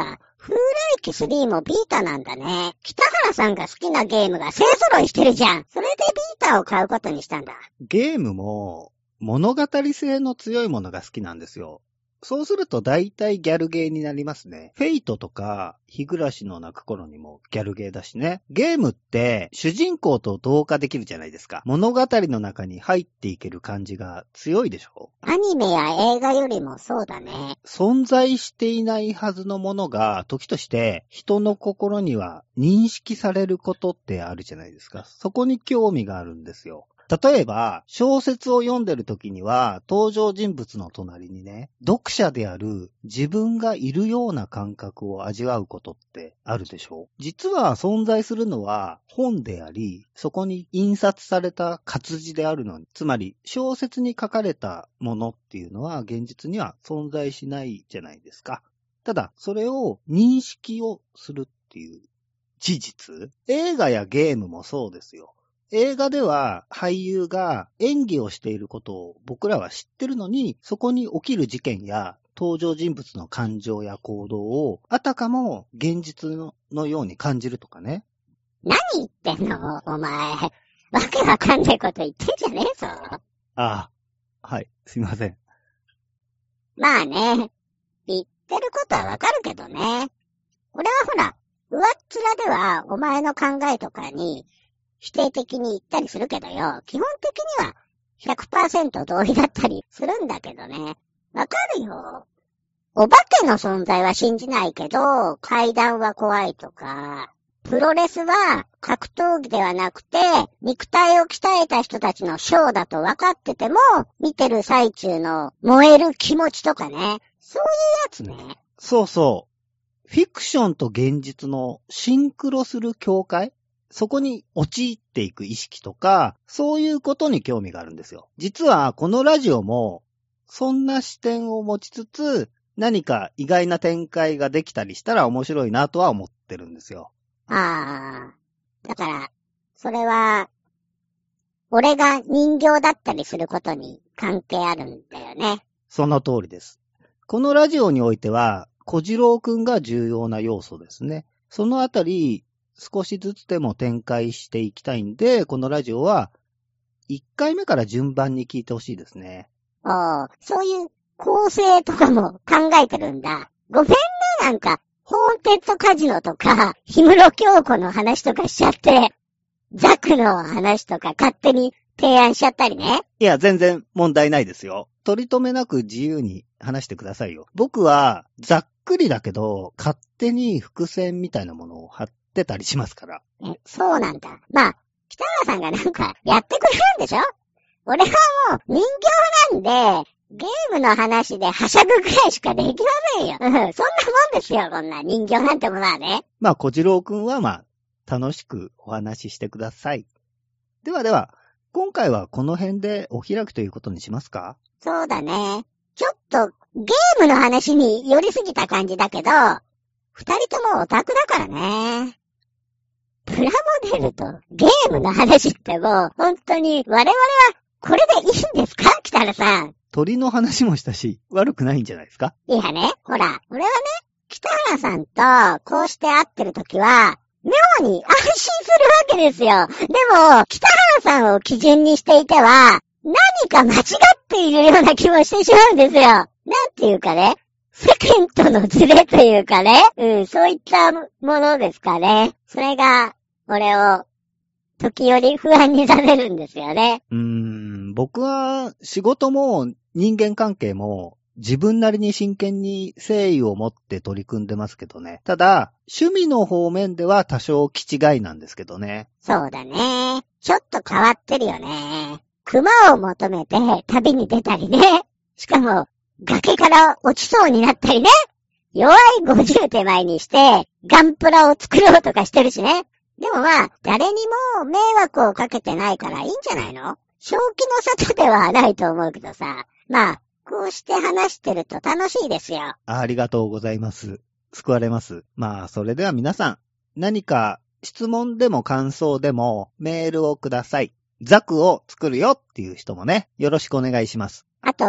風来機スリーもビータなんだね。北原さんが好きなゲームが勢揃いしてるじゃん。それでビータを買うことにしたんだ。 ゲームも物語性の強いものが好きなんですよ。そうすると大体ギャルゲーになりますね。フェイトとか、日暮らしの泣く頃にもギャルゲーだしね。ゲームって主人公と同化できるじゃないですか。物語の中に入っていける感じが強いでしょ？ アニメや映画よりもそうだね。 存在していないはずのものが時として人の心には認識されることってあるじゃないですか。そこに興味があるんですよ。例えば、小説を読んでる時には、登場人物の隣にね、読者である自分がいるような感覚を味わうことってあるでしょ？実は存在するのは本であり、そこに印刷された活字であるのに、つまり小説に書かれたものっていうのは現実には存在しないじゃないですか。ただ、それを認識をするっていう事実？映画やゲームもそうですよ。映画では俳優が演技をしていることを僕らは知ってるのに、そこに起きる事件や登場人物の感情や行動をあたかも現実 の, のように感じるとかね。 何言ってんのお前。わけわかんないこと言ってんじゃねえぞ。 ああ、はい、すいません。 まあね、言ってることはわかるけどね。俺はほら、上っ面ではお前の考えとかに否定的に言ったりするけどよ、基本的には ひゃくパーセント 同意だったりするんだけどね。わかるよ。お化けの存在は信じないけど、階段は怖いとか、プロレスは格闘技ではなくて、肉体を鍛えた人たちのショーだと分かってても、見てる最中の燃える気持ちとかね。そういうやつね。 そうそう。フィクションと現実のシンクロする境界？そこに陥っていく意識とか、そういうことに興味があるんですよ。実はこのラジオも、そんな視点を持ちつつ、何か意外な展開ができたりしたら面白いなとは思ってるんですよ。 ああ。だから、それは、俺が人形だったりすることに関係あるんだよね。 その通りです。このラジオにおいては、小次郎くんが重要な要素ですね。そのあたり、少しずつでも展開していきたいんで、このラジオはいっかいめから順番に聞いてほしいですね。 おー、そういう構成とかも考えてるんだ。ごめんね、なんか、ホーンテッドカジノとか、氷室京子の話とかしちゃって、ザクの話とか勝手に提案しちゃったりね。 いや、全然問題ないですよ。取り留めなく自由に話してくださいよ。僕は、ざっくりだけど、勝手に伏線みたいなものを貼ってたりしますから。 え、そうなんだ。まあ、北原さんがなんかやってくれるんでしょ？俺はもう人形なんで、ゲームの話ではしゃぐくらいしかできませんよ。そんなもんですよ、こんな人形なんてものはね。 まあ、小次郎くんはまあ、楽しくお話ししてください。ではでは、今回はこの辺でお開きということにしますか？ そうだね。ちょっとゲームの話に寄りすぎた感じだけど、二人ともオタクだからね。プラモデルとゲームの話ってもう本当に我々はこれでいいんですか？北原さん。 鳥の話もしたし、悪くないんじゃないですか？ いやね、ほら、俺はね、北原さんとこうして会ってるときは、妙に安心するわけですよ。でも、北原さんを基準にしていては、何か間違っているような気もしてしまうんですよ。なんていうかね、世間とのズレというかね、うん、そういったものですかね。それが、俺を、時折不安にさせるんですよね。 うーん、僕は仕事も人間関係も自分なりに真剣に誠意を持って取り組んでますけどね。ただ、趣味の方面では多少気違いなんですけどね。 そうだね。ちょっと変わってるよね。熊を求めて旅に出たりね。しかも、崖から落ちそうになったりね。弱いごじゅう手前にして、ガンプラを作ろうとかしてるしね。でもまあ、誰にも迷惑をかけてないからいいんじゃないの？正気の沙汰ではないと思うけどさ。まあ、こうして話してると楽しいですよ。 ありがとうございます。救われます。まあ、それでは皆さん、何か質問でも感想でもメールをください。ザクを作るよっていう人もね、よろしくお願いします。 あとは、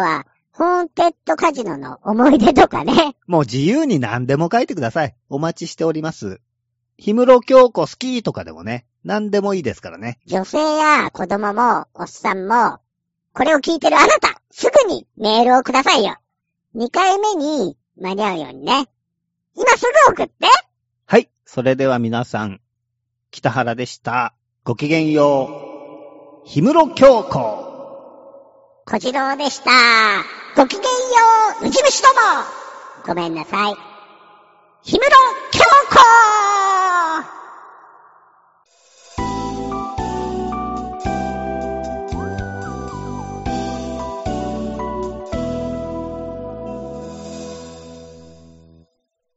ホーンテッドカジノの思い出とかね。 もう自由に何でも書いてください。お待ちしております。氷室京子好きとかでもね、何でもいいですからね。 女性や子供もおっさんも、これを聞いてるあなた、すぐにメールをくださいよ。にかいめに間に合うようにね。今すぐ送って。 はい。それでは皆さん、北原でした。ごきげんよう。氷室京子。 小次郎でした。ごきげんよう、ウジ虫ども。ごめんなさい。氷室